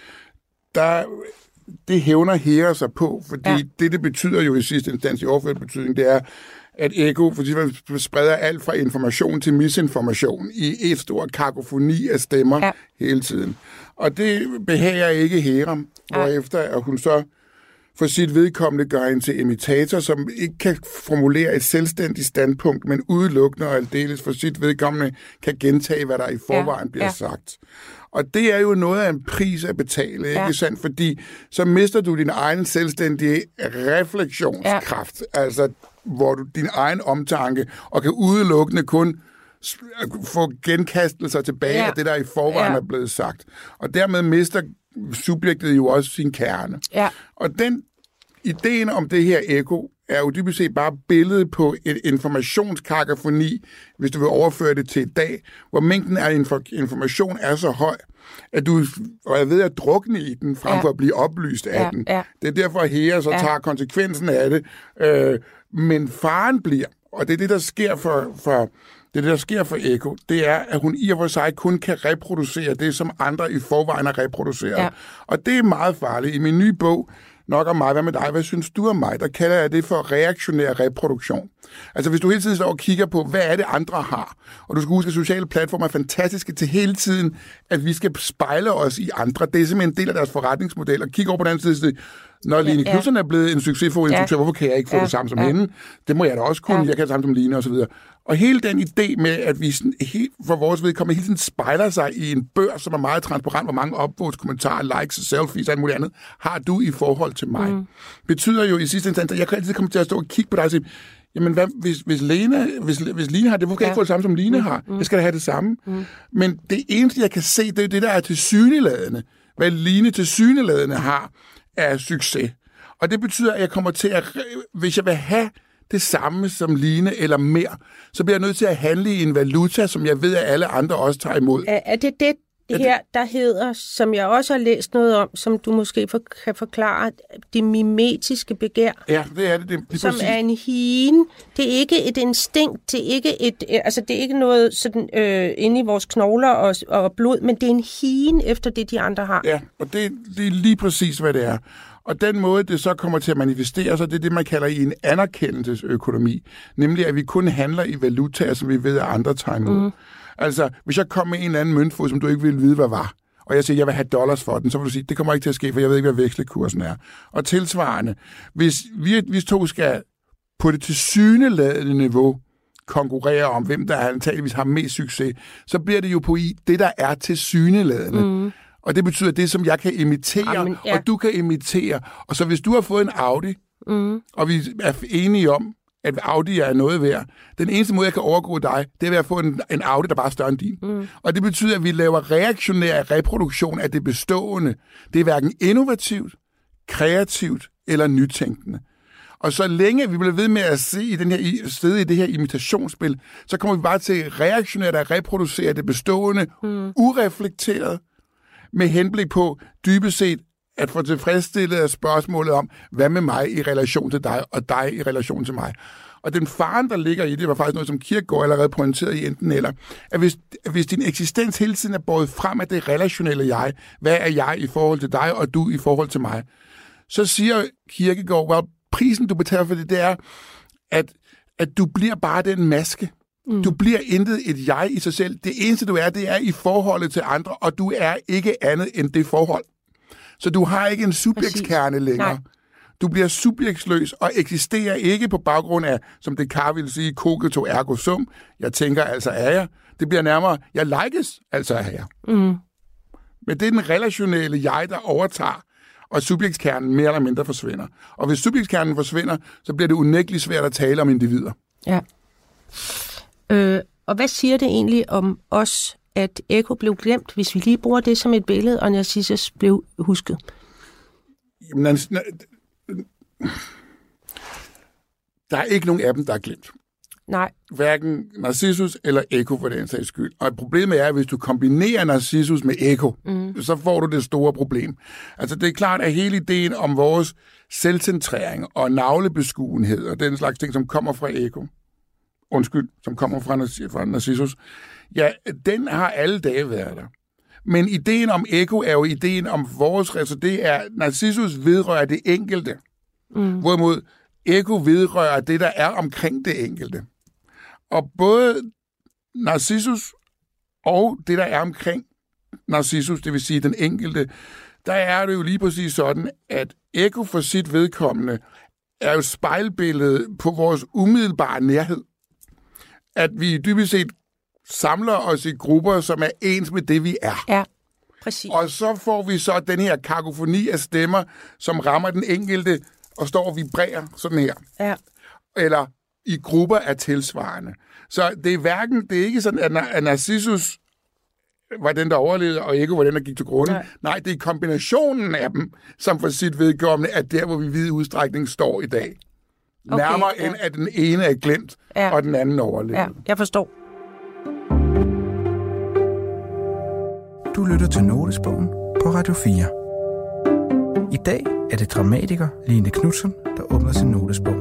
Det hævner Hera sig på, fordi det betyder jo i sidste instans i overført betydning, det er, at Eko for eksempel spreder alt fra information til misinformation i et stort kakofoni af stemmer hele tiden. Og det behager ikke Hera, hvorefter at hun så for sit vedkommende gør hende til imitator, som ikke kan formulere et selvstændigt standpunkt, men udelukkende og aldeles for sit vedkommende kan gentage, hvad der i forvejen bliver sagt. Og det er jo noget af en pris at betale, ikke sandt? Fordi så mister du din egen selvstændige refleksionskraft, altså hvor du din egen omtanke, og kan udelukkende kun få genkastelser tilbage af det, der i forvejen er blevet sagt. Og dermed mister subjektet jo også sin kerne. Ja. Og den ideen om det her Eko er jo dybest set bare billedet på et informationskakafoni, hvis du vil overføre det til i dag, hvor mængden af information er så høj, at du er ved at drukne i den, frem for at blive oplyst af den. Ja. Det er derfor, at Hera så tager konsekvensen af det. Men faren bliver, og det er det, der sker for Eko, det er, at hun i og for sig kun kan reproducere det, som andre i forvejen har reproduceret. Ja. Og det er meget farligt. I min nye bog, Nok om mig, hvad med dig? Hvad synes du om mig? Der kalder jeg det for reaktionær reproduktion. Altså hvis du hele tiden står og kigger på, hvad er det andre har, og du skal huske, at sociale platformer er fantastiske til hele tiden, at vi skal spejle os i andre. Det er simpelthen en del af deres forretningsmodel. Og kigge over på den anden side, når Line Knudsen er blevet en succesfuld instruktør, hvorfor kan jeg ikke få det samme som hende? Det må jeg da også kunne. Jeg kan det samme som Line og så videre. Og hele den idé med, at vi for vores vedkommende hele tiden spejler sig i en børs, som er meget transparent, hvor mange upvotes, kommentarer, likes, selfies og alt muligt andet, har du i forhold til mig. Betyder jo i sidste instans, at jeg kan altid komme til at stå og kigge på dig og sige, jamen hvad, hvis Line har det, hvorfor kan jeg ikke få det samme, som Line har? Jeg skal da have det samme. Men det eneste, jeg kan se, det er det, der er tilsyneladende. Hvad Line tilsyneladende har, er succes. Og det betyder, at jeg kommer til at, hvis jeg vil have det samme som Line eller mere, så bliver jeg nødt til at handle i en valuta, som jeg ved, at alle andre også tager imod. Er det her, der hedder, som jeg også har læst noget om, som du måske kan forklare, det mimetiske begær? Ja, det er det. Som er en hien. Det er ikke et instinkt, det er ikke noget sådan inde i vores knogler og blod, men det er en hien efter det, de andre har. Ja, og det er lige præcis, hvad det er. Og den måde, det så kommer til at manifestere sig, det er det, man kalder i en anerkendelsesøkonomi. Nemlig, at vi kun handler i valutaer, som vi ved, at andre tager imod. Altså, hvis jeg kom med en eller anden møntfod, som du ikke ville vide, hvad var, og jeg siger, jeg vil have dollars for den, så vil du sige, det kommer ikke til at ske, for jeg ved ikke, hvad vekslekursen er. Og tilsvarende, hvis vi to skal på det tilsyneladende niveau konkurrere om, hvem der antageligvis har mest succes, så bliver det jo på det, der er tilsyneladende. Og det betyder det, som jeg kan imitere, og du kan imitere. Og så hvis du har fået en Audi, og vi er enige om, at Audi er noget værd, den eneste måde, jeg kan overgå dig, det er ved at få en Audi, der bare er større end din. Og det betyder, at vi laver reaktionær reproduktion af det bestående. Det er hverken innovativt, kreativt eller nytænkende. Og så længe vi bliver ved med at se i det her imitationsspil, så kommer vi bare til reaktionært at reproducere det bestående, ureflekteret, med henblik på dybest set at få tilfredsstillet spørgsmålet om, hvad med mig i relation til dig, og dig i relation til mig. Og den faren, der ligger i det, var faktisk noget, som Kierkegaard allerede pointerede i enten eller, at hvis din eksistens hele tiden er båret frem af det relationelle jeg, hvad er jeg i forhold til dig, og du i forhold til mig, så siger Kierkegaard, prisen, du betaler for det er, at du bliver bare den maske. Du bliver intet et jeg i sig selv. Det eneste, du er, det er i forholdet til andre, og du er ikke andet end det forhold. Så du har ikke en subjektskerne længere. Nej. Du bliver subjektsløs og eksisterer ikke på baggrund af, som Descartes ville sige, cogito ergo sum. Jeg tænker, altså er jeg. Det bliver nærmere, jeg likes, altså er jeg. Men det er den relationelle jeg, der overtager, og subjektskernen mere eller mindre forsvinder. Og hvis subjektskernen forsvinder, så bliver det unægteligt svært at tale om individer. Ja. Og hvad siger det egentlig om os, at Eco blev glemt, hvis vi lige bruger det som et billede, og Narcissus blev husket? Jamen, der er ikke nogen af dem, der er glemt. Nej. Hverken Narcissus eller Eco for den sags skyld. Og problemet er, at hvis du kombinerer Narcissus med Eco, så får du det store problem. Altså det er klart, at hele ideen om vores selvcentrering og navlebeskuenhed og den slags ting, som kommer fra Eco, som kommer fra Narcissus, ja, den har alle dage været der. Men ideen om Eco er jo ideen om vores, altså det er, Narcissus vedrører det enkelte, hvorimod Eco vedrører det, der er omkring det enkelte. Og både Narcissus og det, der er omkring Narcissus, det vil sige den enkelte, der er det jo lige præcis sådan, at Eco for sit vedkommende er jo spejlbilledet på vores umiddelbare nærhed. At vi dybest set samler os i grupper, som er ens med det, vi er. Ja, præcis. Og så får vi så den her kakofoni af stemmer, som rammer den enkelte og står og vibrerer sådan her. Ja. Eller i grupper af tilsvarende. Så det er ikke sådan, at Narcissus var den, der overlevede, og Eco var den, der gik til grunden. Nej, det er kombinationen af dem, som for sit vedkommende er der, hvor vi i vid udstrækning står i dag. Okay, nærmere end at den ene er glemt, og den anden overlevet. Ja, jeg forstår. Du lytter til Notesbogen på Radio 4. I dag er det dramatiker Line Knutzon, der åbner sin notesbog.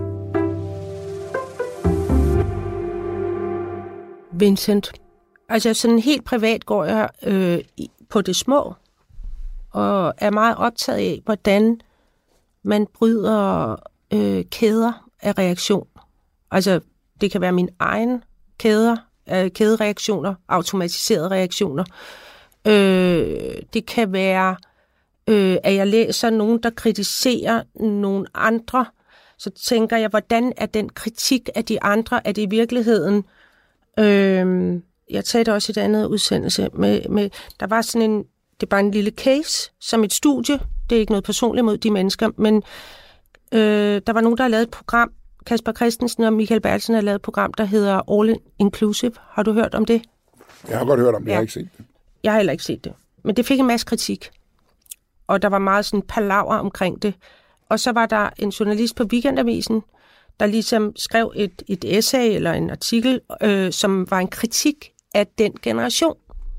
Vincent, altså sådan helt privat går jeg på det små, og er meget optaget af, hvordan man bryder kæder af reaktion. Altså, det kan være min egen kædereaktioner, automatiserede reaktioner. Det kan være, at jeg læser nogen, der kritiserer nogle andre, så tænker jeg, hvordan er den kritik af de andre, er det i virkeligheden... jeg talte også et andet udsendelse med der var sådan en, det er bare en lille case, som et studie, det er ikke noget personligt mod de mennesker, men der var nogen, der har lavet et program, Kasper Christensen og Michael Bertelsen har lavet et program, der hedder All Inclusive. Har du hørt om det? Jeg har godt hørt om det, jeg har ikke set det. Jeg har heller ikke set det. Men det fik en masse kritik. Og der var meget sådan palaver omkring det. Og så var der en journalist på Weekendavisen, der ligesom skrev et essay eller en artikel, som var en kritik af den generation.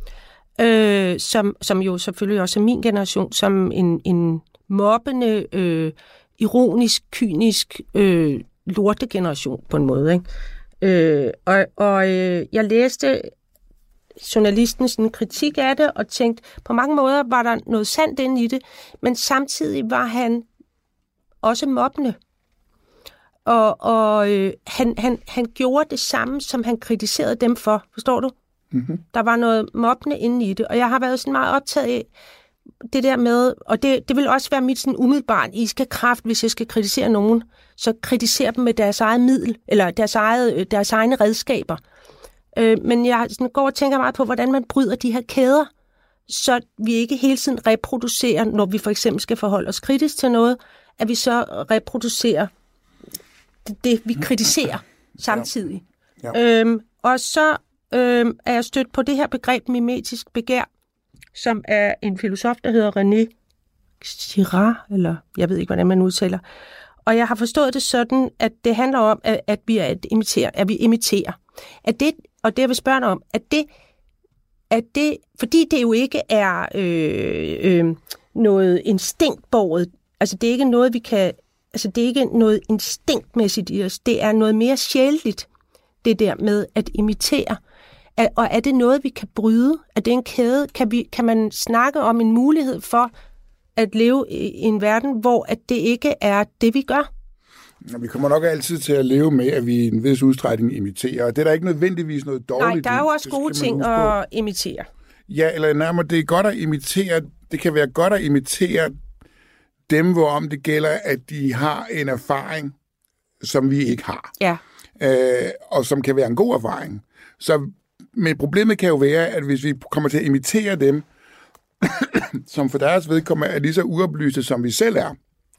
Som jo selvfølgelig også er min generation, som en mobbende, ironisk, kynisk lortegeneration på en måde. Ikke? Jeg læste journalistens kritik af det, og tænkte, på mange måder var der noget sandt inde i det, men samtidig var han også mobbende. Og han gjorde det samme, som han kritiserede dem for. Forstår du? Mm-hmm. Der var noget mobbende inde i det, og jeg har været sådan meget optaget af det der med, og det vil også være mit sådan umiddelbart iskekraft, hvis jeg skal kritisere nogen, så kritisere dem med deres eget middel, eller deres egne redskaber. Men jeg sådan går og tænker meget på, hvordan man bryder de her kæder, så vi ikke hele tiden reproducerer, når vi for eksempel skal forholde os kritisk til noget, at vi så reproducerer det vi kritiserer samtidig. Ja. Og så er jeg stødt på det her begreb mimetisk begær, som er en filosof, der hedder René Girard, eller jeg ved ikke, hvordan man udtaler. Og jeg har forstået det sådan, at det handler om, at vi imiterer. At det, og det jeg vil spørge om, at det, fordi det jo ikke er noget instinktbåret, altså det er ikke noget, vi kan, altså det er ikke noget instinktmæssigt i os, det er noget mere sjældent, det der med at imitere. Og er det noget, vi kan bryde? Er det en kæde? Kan man snakke om en mulighed for at leve i en verden, hvor at det ikke er det, vi gør? Vi kommer nok altid til at leve med, at vi i en vis udstrækning imiterer, og det er der ikke nødvendigvis noget dårligt. Nej, der er jo også gode ting at imitere. Ja, eller nærmere, det er godt at imitere. Det kan være godt at imitere dem, hvorom det gælder, at de har en erfaring, som vi ikke har. Ja. Og som kan være en god erfaring. Men problemet kan jo være, at hvis vi kommer til at imitere dem, som for deres vedkommende er lige så uoplyste, som vi selv er,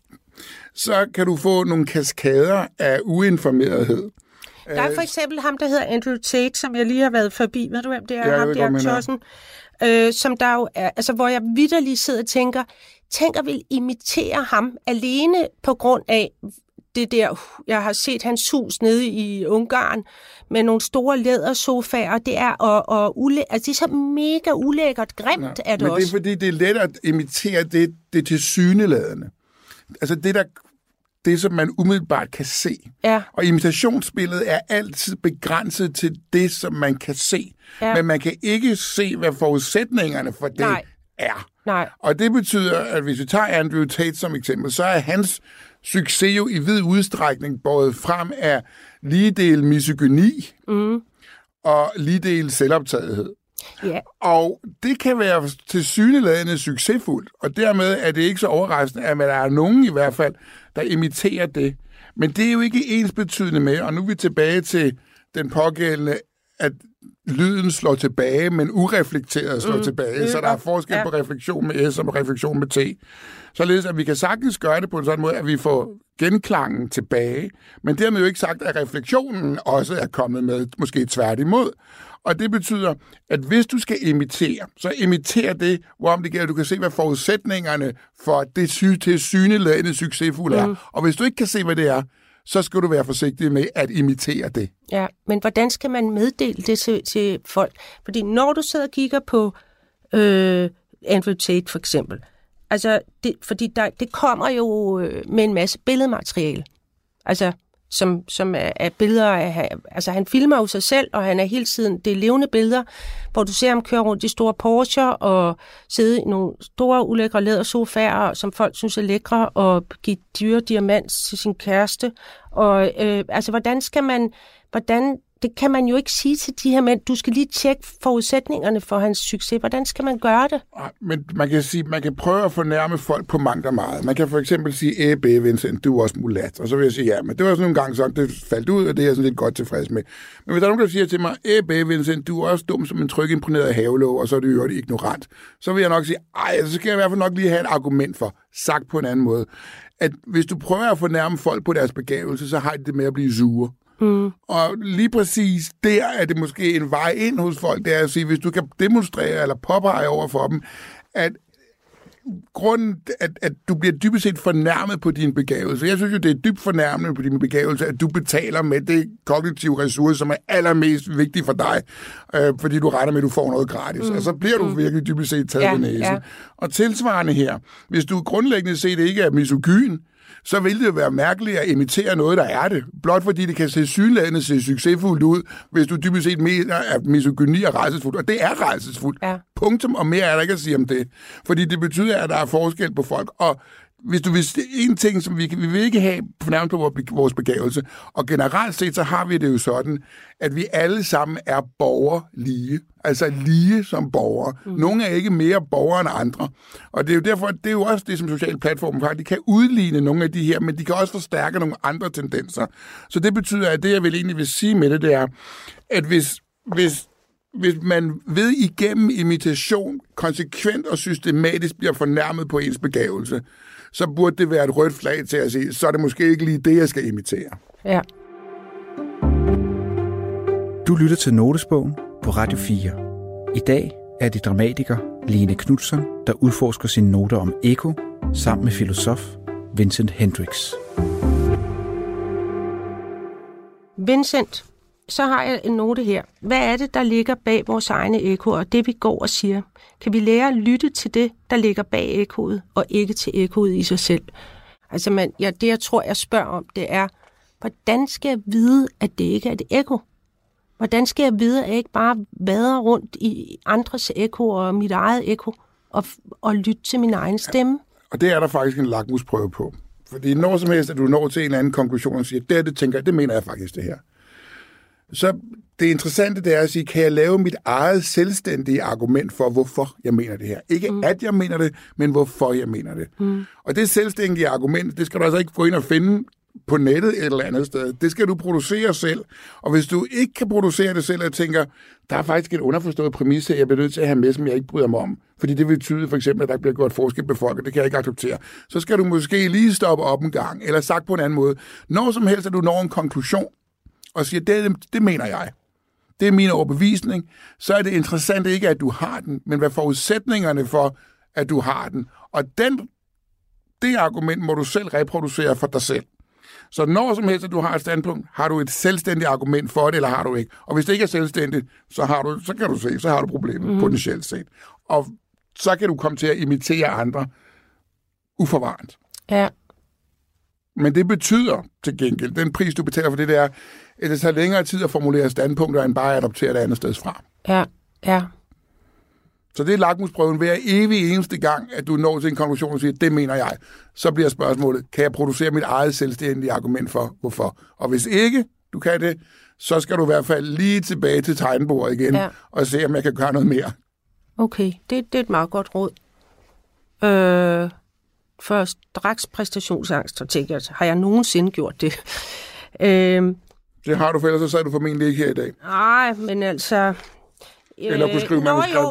så kan du få nogle kaskader af uinformerethed. Der er for eksempel ham, der hedder Andrew Tate, som jeg lige har været forbi. Ved du, hvem det er? Ja, ham der tossen. Som der jo er, altså hvor jeg vitterligt sidder og tænker at vil imitere ham alene på grund af det der, jeg har set hans hus nede i Ungarn med nogle store lædersofaer, det er altså det er så mega ulækkert, grimt er det men også. Det er fordi, det er let at imitere det tilsyneladende. Altså det, som man umiddelbart kan se. Ja. Og imitationsbilledet er altid begrænset til det, som man kan se. Ja. Men man kan ikke se, hvad forudsætningerne for det er. Nej. Og det betyder, at hvis vi tager Andrew Tate som eksempel, så er hans succes jo i vid udstrækning båret frem af lige del misogyni og lige del selvoptagethed. Yeah. Og det kan være tilsyneladende succesfuldt, og dermed er det ikke så overraskende, at der er nogen i hvert fald, der imiterer det. Men det er jo ikke ensbetydende med, og nu er vi tilbage til den pågældende, at lyden slår tilbage, men ureflekteret slår tilbage. Så der er forskel på refleksion med S og refleksion med T. Således at vi kan sagtens gøre det på en sådan måde, at vi får genklangen tilbage, men dermed jo ikke sagt, at refleksionen også er kommet med, måske tværtimod. Og det betyder, at hvis du skal imitere, så imiter det, hvorom det gælder, du kan se, hvad forudsætningerne for det tilsyneladende succesfulde er. Og hvis du ikke kan se, hvad det er, så skal du være forsigtig med at imitere det. Ja, men hvordan skal man meddele det til folk? Fordi når du sidder og kigger på Andrew Tate for eksempel, altså det kommer jo med en masse billedmateriale. Altså som er billeder af, altså han filmer jo sig selv, og han er hele tiden, det er levende billeder, hvor du ser ham køre rundt i store Porsche og sidde i nogle store ulækre lædersofaer, som folk synes er lækre, og give dyre diamant til sin kæreste. Og altså det kan man jo ikke sige til de her mænd. Du skal lige tjekke forudsætningerne for hans succes. Hvordan skal man gøre det? Men man kan sige, man kan prøve at fornærme folk på mangt og meget. Man kan for eksempel sige, Vincent, du er også mulat. Og så vil jeg sige, ja, men det var sådan nogle gange sådan, det faldt ud, og det er jeg sådan lidt godt tilfreds med. Men hvis der er nogen, der siger til mig, Vincent, du er også dum som en trykimponeret havelåg, og så er du jo ignorant, så vil jeg nok sige, så skal jeg i hvert fald nok lige have et argument for, sagt på en anden måde, at hvis du prøver at fornærme folk på deres begavelse, så har de det med at blive sure. Og lige præcis der er det måske en vej ind hos folk, det er at sige, hvis du kan demonstrere eller påpege over for dem, at grunden, at du bliver dybest set fornærmet på din begavelse. Jeg synes jo, det er dybt fornærmende på din begavelse, at du betaler med det kognitive ressource, som er allermest vigtigt for dig, fordi du regner med, at du får noget gratis. Og så bliver du virkelig dybest set taget ved næsen. Ja. Og tilsvarende her, hvis du grundlæggende set ikke er misogyn, så vil det jo være mærkeligt at imitere noget, der er det. Blot fordi det kan se succesfuldt ud, hvis du dybest set mener, at misogyni er rædselsfuldt. Og det er rædselsfuldt. Ja. Punktum, og mere er der ikke at sige om det. Fordi det betyder, at der er forskel på folk. Og hvis du vil en ting, som vi vil ikke have fornærmet på vores begavelse, og generelt set, så har vi det jo sådan, at vi alle sammen er borgerlige. Altså lige som borgere. Nogle er ikke mere borgere end andre. Og det er jo derfor, det er jo også det, som sociale platforme faktisk kan udligne nogle af de her, men de kan også forstærke nogle andre tendenser. Så det betyder, at det, jeg vil egentlig vil sige med det, det er, at hvis hvis man ved igennem imitation konsekvent og systematisk bliver fornærmet på ens begævelse, så burde det være et rødt flag til at sige, så er det måske ikke lige det, jeg skal imitere. Ja. Du lytter til Notesbogen på Radio 4. I dag er det dramatiker Line Knutzon, der udforsker sine noter om ekko, sammen med filosof Vincent Hendricks. Vincent, så har jeg en note her. Hvad er det, der ligger bag vores egne ekkoer, og det vi går og siger? Kan vi lære at lytte til det, der ligger bag ekkoet, og ikke til ekkoet i sig selv? Altså, det jeg tror, jeg spørger om, det er, hvordan skal jeg vide, at det ikke er et ekko? Hvordan skal jeg vide, at jeg ikke bare vader rundt i andres ekko og mit eget ekko, og lytte til min egen stemme? Og det er der faktisk en lakmusprøve på. Fordi når som helst, at du når til en eller anden konklusion og siger, det tænker jeg, det mener jeg faktisk det her. Så det interessante, det er at sige, kan jeg lave mit eget selvstændige argument for, hvorfor jeg mener det her? Ikke at jeg mener det, men hvorfor jeg mener det. Og det selvstændige argument, det skal du altså ikke gå ind og finde på nettet et eller andet sted. Det skal du producere selv. Og hvis du ikke kan producere det selv, og tænker, der er faktisk en underforstået præmis her, jeg bliver nødt til at have med, som jeg ikke bryder mig om. Fordi det vil betyde for eksempel, at der bliver gjort forskel på folk, og det kan jeg ikke acceptere. Så skal du måske lige stoppe op en gang, eller sagt på en anden måde. Når som helst, at du når en konklusion, og siger, det mener jeg. Det er min overbevisning. Så er det interessant ikke, at du har den, men hvad forudsætningerne for, at du har den. Og det argument må du selv reproducere for dig selv. Så når som helst, at du har et standpunkt, har du et selvstændigt argument for det, eller har du ikke. Og hvis det ikke er selvstændigt, så kan du se, så har du problemet potentielt set. Og så kan du komme til at imitere andre uforvarende. Ja. Men det betyder til gengæld, den pris, du betaler for det, der, at det tager længere tid at formulere standpunkter, end bare at adoptere det andet sted fra. Ja. Så det er lakmusprøven hver evig eneste gang, at du når til en konklusion og siger, det mener jeg. Så bliver spørgsmålet, kan jeg producere mit eget selvstændige argument for, hvorfor? Og hvis ikke du kan det, så skal du i hvert fald lige tilbage til tegnebordet igen, og se, om jeg kan gøre noget mere. Okay, det er et meget godt råd. For straks præstationsangst, og tænker jeg, har jeg nogensinde gjort det? Det har du, for ellers så er du formentlig ikke her i dag. Nej, men altså... Eller kunne skrive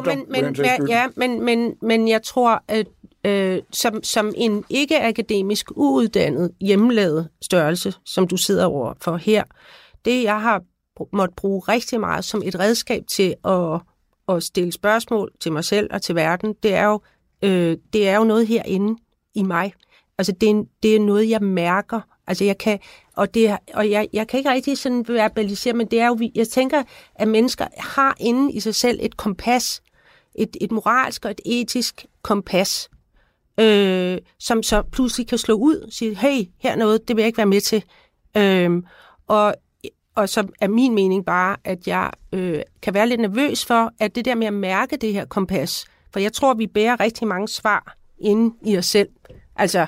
men jeg tror, at som en ikke-akademisk, uuddannet, hjemmelavet størrelse, som du sidder over for her, det jeg har måttet bruge rigtig meget som et redskab til at stille spørgsmål til mig selv og til verden, det er jo noget herinde i mig. Altså det er noget, jeg mærker. Altså jeg kan ikke rigtig sådan verbalisere, men det er jo, jeg tænker, at mennesker har inde i sig selv et kompas, et moralsk og et etisk kompas, som så pludselig kan slå ud og sige, hey, her er noget, det vil jeg ikke være med til. Og så er min mening bare, at jeg kan være lidt nervøs for, at det der med at mærke det her kompas, for jeg tror, vi bærer rigtig mange svar inde i os selv, altså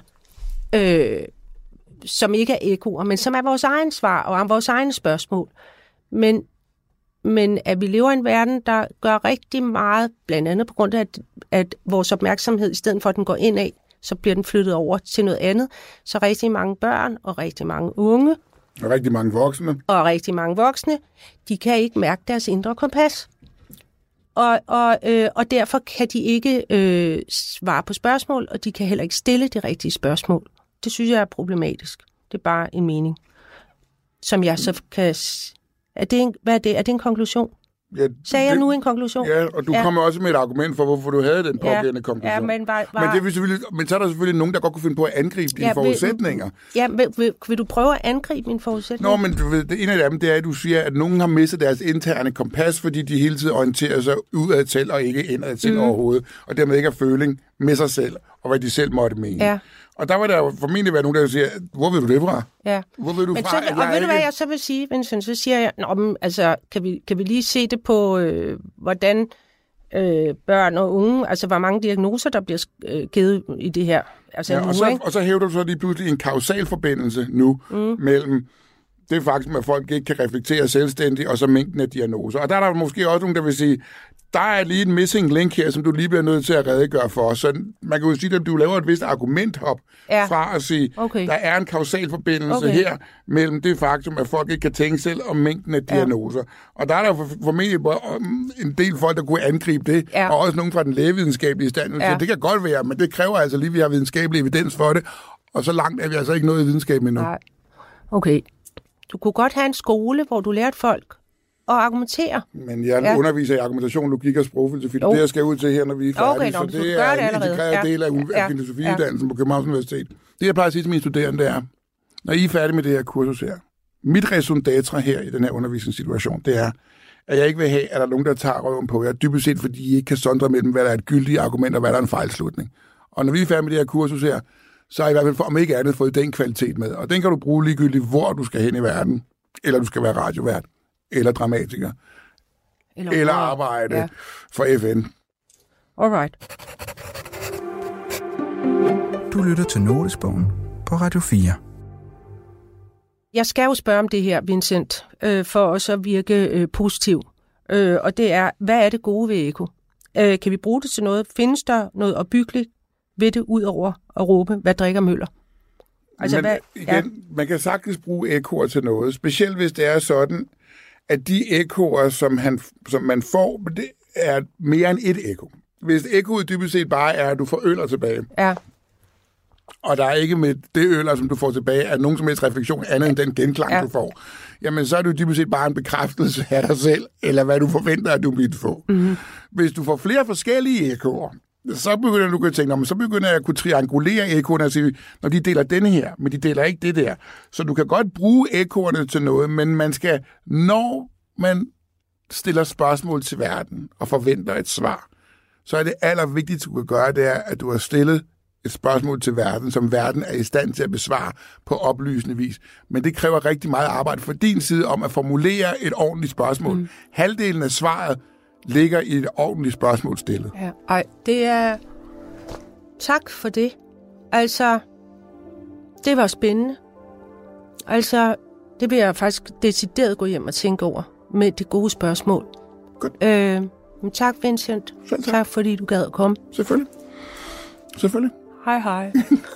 som ikke er ekkoer, men som er vores egen svar og vores egne spørgsmål. Men at vi lever i en verden, der gør rigtig meget, blandt andet på grund af, at vores opmærksomhed, i stedet for at den går indad, så bliver den flyttet over til noget andet. Så rigtig mange børn og rigtig mange unge og rigtig mange voksne, de kan ikke mærke deres indre kompas. Og derfor kan de ikke svare på spørgsmål, og de kan heller ikke stille de rigtige spørgsmål. Det synes jeg er problematisk. Det er bare en mening, som jeg så kan... Hvad er det? Er det en konklusion? Ja, sagde jeg nu en konklusion? Ja, og du kommer også med et argument for, hvorfor du havde den pågældende konklusion. Ja, men så er der selvfølgelig nogen, der godt kunne finde på at angribe dine forudsætninger. Vil du prøve at angribe mine forudsætninger? Nå, men du ved, en af dem, det er, at du siger, at nogen har mistet deres interne kompas, fordi de hele tiden orienterer sig udad til og ikke indad til overhovedet, og dermed ikke har føling med sig selv, og hvad de selv måtte mene. Ja. Og der vil der jo formentlig være nogen, der vil sige, hvor vil du det fra? Ja. Hvor vil du fra? Og ved du, hvad jeg så vil sige, Vincent? Så siger jeg, altså, kan vi lige se det på, hvordan børn og unge, altså hvor mange diagnoser, der bliver givet i det her. Altså, ja, og så hævder du så lige pludselig en kausal forbindelse nu mellem det faktisk, at folk ikke kan reflektere selvstændigt, og så mængden af diagnoser. Og der er der måske også nogen, der vil sige, der er lige en missing link her, som du lige bliver nødt til at redegøre for. Så man kan jo sige, at du laver et vist argumenthop fra at sige, der er en kausal forbindelse her mellem det faktum, at folk ikke kan tænke selv om mængden af diagnoser. Og der er der formentlig en del folk, der kunne angribe det, og også nogen fra den lægevidenskabelige stand. Så det kan godt være, men det kræver altså lige, at vi har videnskabelig evidens for det, og så langt er vi altså ikke nået i videnskaben endnu. Nej. Okay. Du kunne godt have en skole, hvor du lærte folk at argumentere. Men jeg underviser i argumentation, logik og sprogfilosofi. Det er det, jeg skal ud til her, når vi er færdige. Så det er en integreret del af filosofiuddannelsen på Københavns Universitet. Det, jeg plejer at sige til mine studerende, det er, når I er færdige med det her kursus her, mit raison d'être her i den her undervisningssituation, det er, at jeg ikke vil have, at der er nogen, der tager røven på jer, dybest set, fordi I ikke kan sondre mellem, hvad der er et gyldigt argument, og hvad der er en fejlslutning. Og når vi er færdige med det her kursus her, så har I i hvert fald for om ikke andet fået den kvalitet med. Og den kan du bruge ligegyldigt, hvor du skal hen i verden, eller du skal være radiovært, eller dramatiker, eller arbejde for FN. Alright. Du lytter til Notesbogen på Radio 4. Jeg skal jo spørge om det her, Vincent, for også at virke positiv. Og det er, hvad er det gode ved eko? Kan vi bruge det til noget? Findes der noget opbyggeligt ved det, ud over at råbe, hvad drikker Møller? Altså, man kan sagtens bruge ekoer til noget, specielt hvis det er sådan, at de ekoer, som man får, det er mere end et eko. Hvis ekoet dybest set bare er, at du får øller tilbage, og der er ikke med det øller, som du får tilbage, er nogen som helst refleksion andet end den genklang, du får, jamen så er det jo dybest set bare en bekræftelse af dig selv, eller hvad du forventer, at du vil få. Mm-hmm. Hvis du får flere forskellige ekoer, så begynder du at tænke, så begynder jeg at kunne triangulere ekoerne og sige, når de deler denne her, men de deler ikke det der. Så du kan godt bruge ekoerne til noget, men man skal, når man stiller spørgsmål til verden og forventer et svar, så er det allervigtigste, du kan gøre, det er, at du har stillet et spørgsmål til verden, som verden er i stand til at besvare på oplysende vis. Men det kræver rigtig meget arbejde fra din side om at formulere et ordentligt spørgsmål. Mm. Halvdelen af svaret ligger i et ordentligt spørgsmål stillet. Ja, det er... Tak for det. Altså, det var spændende. Altså, det vil jeg faktisk decideret gå hjem og tænke over med det gode spørgsmål. Godt. Men tak, Vincent. Tak, fordi du gad at komme. Selvfølgelig. Hej.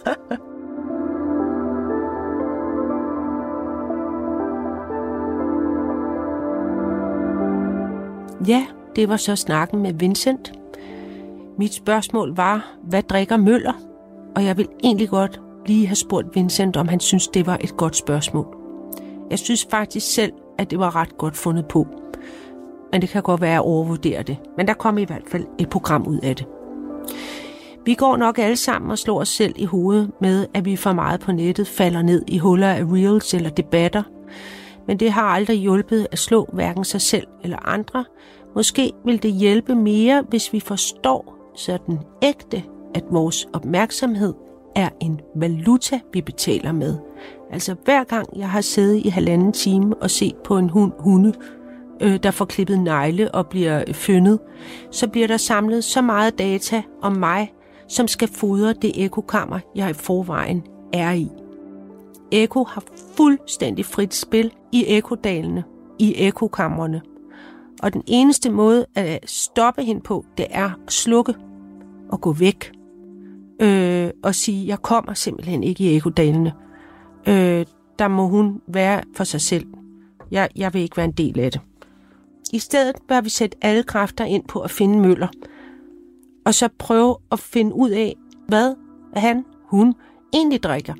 Ja, det var så snakken med Vincent. Mit spørgsmål var, hvad drikker Møller? Og jeg vil egentlig godt lige have spurgt Vincent, om han synes, det var et godt spørgsmål. Jeg synes faktisk selv, at det var ret godt fundet på. Men det kan godt være at overvurdere det. Men der kom i hvert fald et program ud af det. Vi går nok alle sammen og slår os selv i hovedet med, at vi for meget på nettet falder ned i huller af reels eller debatter. Men det har aldrig hjulpet at slå hverken sig selv eller andre. Måske vil det hjælpe mere, hvis vi forstår sådan ægte, at vores opmærksomhed er en valuta, vi betaler med. Altså hver gang jeg har siddet i 1,5 time og set på en hunde, der får klippet negle og bliver fønnet, så bliver der samlet så meget data om mig, som skal fodre det ekokammer, jeg i forvejen er i. Eko har fuldstændig frit spil i ekodalene, i ekokammerne. Og den eneste måde at stoppe hende på, det er at slukke og gå væk. Og sige, jeg kommer simpelthen ikke i ekodalene. Der må hun være for sig selv. Jeg vil ikke være en del af det. I stedet bør vi sætte alle kræfter ind på at finde Møller. Og så prøve at finde ud af, hvad hun egentlig drikker.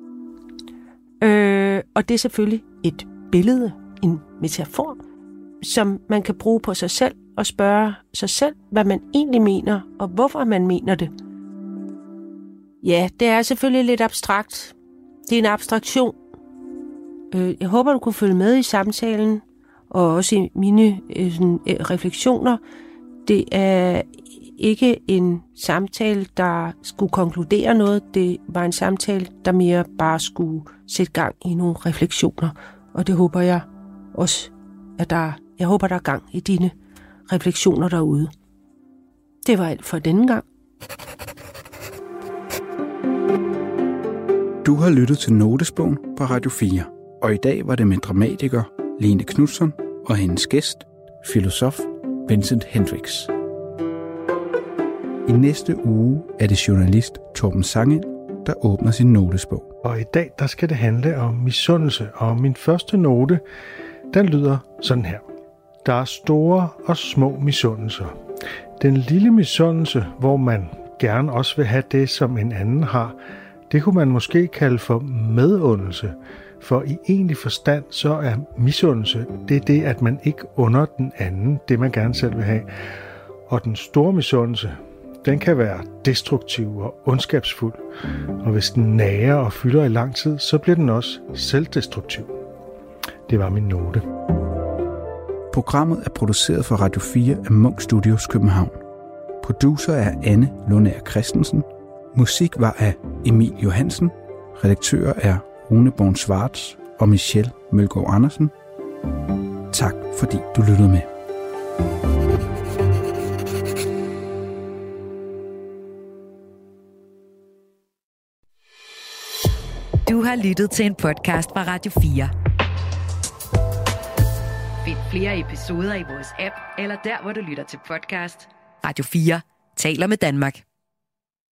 Og det er selvfølgelig et billede, en metafor, som man kan bruge på sig selv og spørge sig selv, hvad man egentlig mener, og hvorfor man mener det. Ja, det er selvfølgelig lidt abstrakt. Det er en abstraktion. Jeg håber, du kunne følge med i samtalen, og også i mine refleksioner. Det er ikke en samtale, der skulle konkludere noget. Det var en samtale, der mere bare skulle sætte gang i nogle refleksioner. Og det håber jeg også, at jeg håber, der er gang i dine refleksioner derude. Det var alt for denne gang. Du har lyttet til Notesbogen på Radio 4, og i dag var det med dramatiker Line Knutzon og hendes gæst, filosof Vincent Hendricks. I næste uge er det journalist Torben Sangild, der åbner sin notesbog. Og i dag, der skal det handle om misundelse, og min første note, den lyder sådan her. Der er store og små misundelser. Den lille misundelse, hvor man gerne også vil have det, som en anden har, det kunne man måske kalde for medundelse. For i egentlig forstand, så er misundelse, det er det, at man ikke under den anden, det man gerne selv vil have. Og den store misundelse, den kan være destruktiv og ondskabsfuld. Og hvis den nager og fylder i lang tid, så bliver den også selvdestruktiv. Det var min note. Programmet er produceret for Radio 4 af Munch Studios København. Producer er Anne Lundager Christensen. Musik var af Emil Johansen. Redaktører er Rune Born Schwartz og Michelle Mølgaard Andersen. Tak fordi du lyttede med. Du har lyttet til en podcast fra Radio 4. Find flere episoder i vores app, eller der, hvor du lytter til podcast. Radio 4 taler med Danmark.